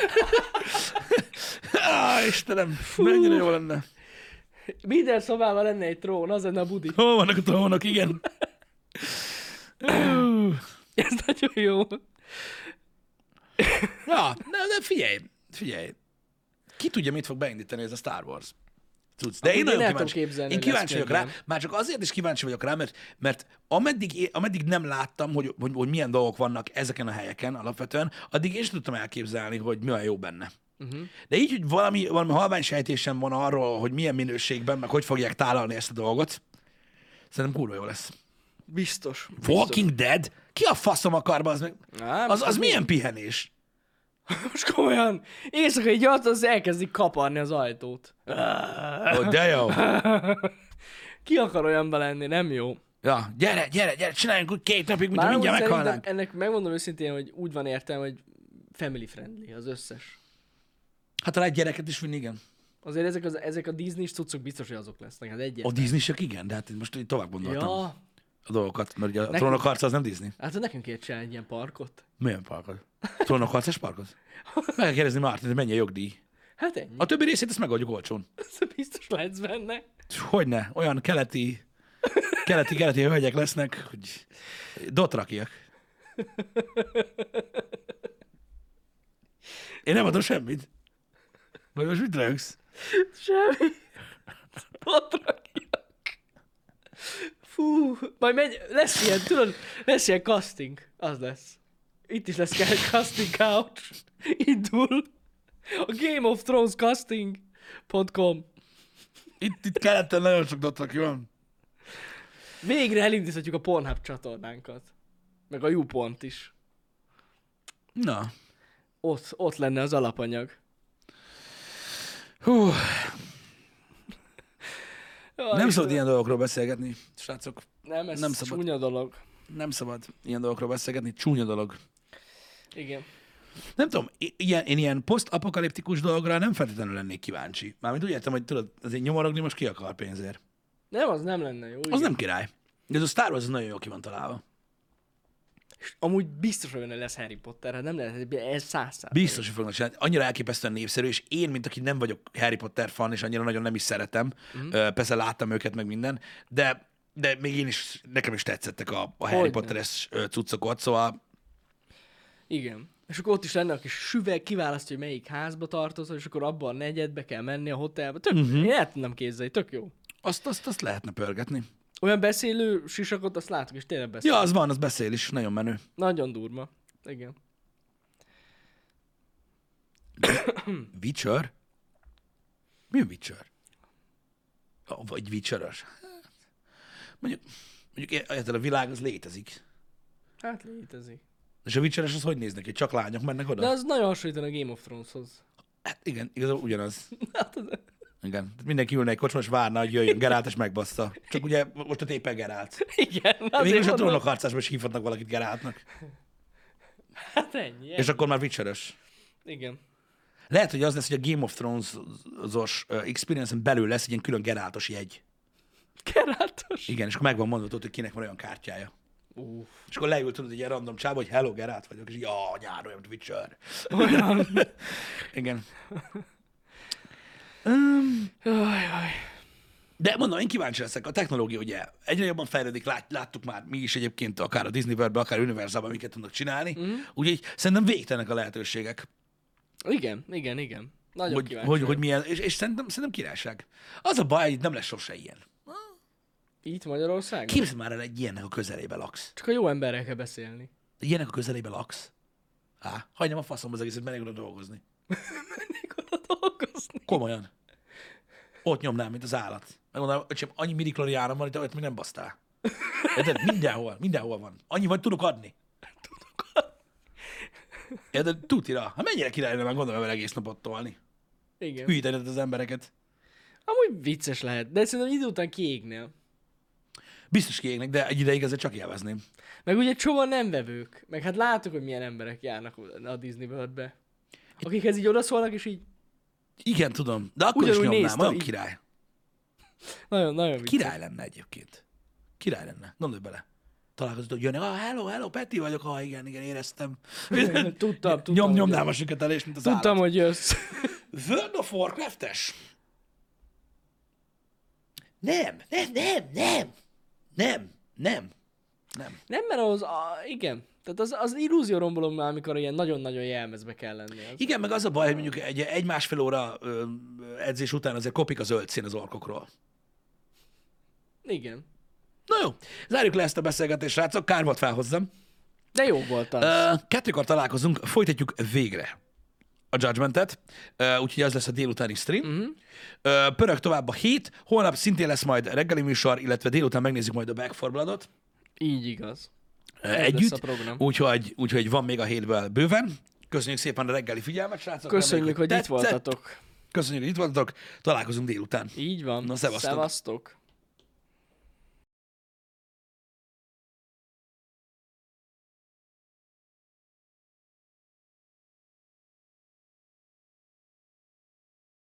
Istenem, mennyire jó lenne. Minden szobában lenne egy trón, az lenne a budi. Hol vannak a trónok, igen. Ez nagyon jó. Ja, de figyelj. Ki tudja, mit fog beindítani ez a Star Wars? Tudsz. De én nagyon kíváncsi. Én kíváncsi vagyok rá, már csak azért is kíváncsi vagyok rá, mert ameddig nem láttam, hogy milyen dolgok vannak ezeken a helyeken alapvetően, addig én sem tudtam elképzelni, hogy mi olyan jó benne. De így, hogy valami halvány sejtésem van arról, hogy milyen minőségben, meg hogy fogják tálalni ezt a dolgot, szerintem kurva jó lesz. Biztos. Walking Dead? Ki a faszom akar, az meg? Az milyen pihenés? Most komolyan. Éjszaka egy az elkezdik kaparni az ajtót. De jó. Ki akar olyanban lenni? Nem jó. Ja, gyere, csináljunk úgy 2 napig, mint mindjárt meghalnánk. Ennek megmondom őszintén, hogy úgy van értelme, hogy family friendly az összes. Hát talán egy gyereket is vinni, igen. Azért ezek a Disney-s cuccok biztos, hogy azok lesznek. Hát a Disney-sek igen, de hát most így tovább gondoltam a dolgokat, mert ugye a Trónok harca az nem Disney. Hát nekünk kéne csinálni egy ilyen parkot. Milyen parkot? Trónok harcás parkot? Meg kell kérdezni Martin, hogy mennyi a jogdíj. Hát ennyi. A többi részét ezt megoldjuk olcsón. Biztos lehetsz benne. Hogyne, olyan keleti hölgyek lesznek, hogy dotrakiak. Én nem adom semmit. Vagy most mit rögsz? Semmi. Ott rakjak. Fú, majd megy, lesz ilyen, tudod, lesz ilyen casting. Az lesz. Itt is lesz egy casting couch. Indul. A Game of Thrones casting.com. Itt keleten nagyon sok dotraki van. Végre elindíthatjuk a Pornhub csatornánkat. Meg a YouPornt is. Na. Ott lenne az alapanyag. Hú. Jaj, Nem szabad ilyen dolgokról beszélgetni, srácok. Nem, ez nem szabad. csúnya dolog. Nem szabad ilyen dolgokról beszélgetni, csúnya dolog. Igen. Nem tudom, én ilyen posztapokaliptikus dologra nem feltétlenül lennék kíváncsi. Mármint úgy értem, hogy tudod, azért nyomorogni most ki akar pénzért. Nem, az nem lenne jó. Az Igen. nem király. De ez a Star Wars az nagyon jól ki van találva. És amúgy biztos, hogy benne lesz Harry Potter, hát nem lehet, ez 100%. Biztos, hogy fognak csinálni. Annyira elképesztően népszerű, és én, mint aki nem vagyok Harry Potter fan, és annyira nagyon nem is szeretem, persze láttam őket meg minden, de még nekem is tetszettek a Harry Hogyne. Potteres cuccokat, szóval Igen. És akkor ott is lenne a kis süveg, kiválasztja, hogy melyik házba tartozol, és akkor abban a negyedbe kell menni a hotelbe. Én el tudnám képzelni, tök jó. azt lehetne pörgetni. Olyan beszélő sisakot, azt látok, és tényleg beszél. Ja, az van, az beszél is, nagyon menő. Nagyon durva. Igen. Witcher? Mi a Witcher? Vagy Witcheres? Mondjuk érted, a világ az létezik. Hát létezik. És a Witcheres az hogy néz neki? Csak lányok mennek oda? De az nagyon hasonlít a Game of Throneshoz. Hát igen, igazából ugyanaz. Hát az... Igen. Mindenki ülne egy kocsma, és várna, hogy jöjjön Geralt, és megbassza. Csak ugye most ott éppen Geralt. Igen. Még azért is a mondom. trónokharcásban is hívhatnak valakit Geráltnak. Hát ennyi. És akkor már Witcheres. Igen. Lehet, hogy az lesz, hogy a Game of Thrones-os experience-en belül lesz egy ilyen külön Geráltos jegy. Kerátos. Igen, és akkor megvan mondható, hogy kinek van olyan kártyája. És akkor leült tudod egy ilyen random csába, hogy hello, Geralt vagyok, és így, nyár olyan, mint Witcher. Olyan. Igen. Jaj. De mondom, én kíváncsi leszek. A technológia ugye egyre jobban fejlődik, láttuk már mi is egyébként, akár a Disney World-ben, akár Universal-ban, miket tudnak csinálni. Úgyhogy szerintem végtelenek a lehetőségek. Igen. Nagyon kíváncsi. Hogy milyen, és szerintem királyság. Az a baj, hogy nem lesz sose ilyen. Itt Magyarországon? Képzeld már el, egy ilyennek a közelébe laksz. Csak a jó emberrel kell beszélni. Ilyennek a közelébe laksz. Hagyjam a faszom az egészet, menjek oda dolgozni. Mennék oda dolgozni. Komolyan. Ott nyomnám, mint az állat. Megmondanám, öcsém, annyi mirikloriánom van, itt olyat még nem basztál. Érted? Mindenhol van. Annyi vagy tudok adni. Érted? Tutira. Hát mennyire király lenne, már gondolom, hogy egész napot tolni. Igen. Hűítened az embereket. Amúgy vicces lehet, de szerintem idő után kiégnél. Biztos kiégnek, de egy ideig ezzel csak élvezném. Meg ugye csomó nem vevők. Meg hát láttuk, hogy milyen emberek járnak a Disney World-be. Akikhez így odaszólnak, és így Igen, tudom. De akkor ugyanúgy is nyomnám, néztem, olyan így- király. nagyon vicces. Király lenne egyébként. Király lenne. Gondolj bele. Találkozott, hogy jönnek, hello, Peti vagyok, igen, éreztem. Tudtam. Nyomnám a süketelést, mint az Tudtam, állat. hogy jössz. World of Warcraft-es? Nem. Nem, mert az, igen. Tehát az illúzió rombolom már, amikor ilyen nagyon-nagyon jelmezbe kell lenni. Az. Igen, meg az a baj, hogy mondjuk egy másfél óra edzés után azért kopik a zöld szín az orkokról. Igen. Na jó, zárjuk le ezt a beszélgetést, srácok, kár volt felhozzam. De jó volt az. Kettőkor találkozunk, folytatjuk végre a Judgment-et, úgyhogy az lesz a délutáni stream. Pörög tovább a hét, holnap szintén lesz majd reggeli műsor, illetve délután megnézzük majd a Back 4 Blood-ot Így igaz. Ez együtt, lesz a program. úgyhogy van még a hétből bőven. Köszönjük szépen a reggeli figyelmet, srácok. Köszönjük, hogy itt tetszett. voltatok. Köszönjük, hogy itt voltatok. Találkozunk délután. Így van. Na, szevasztok. Szevasztok.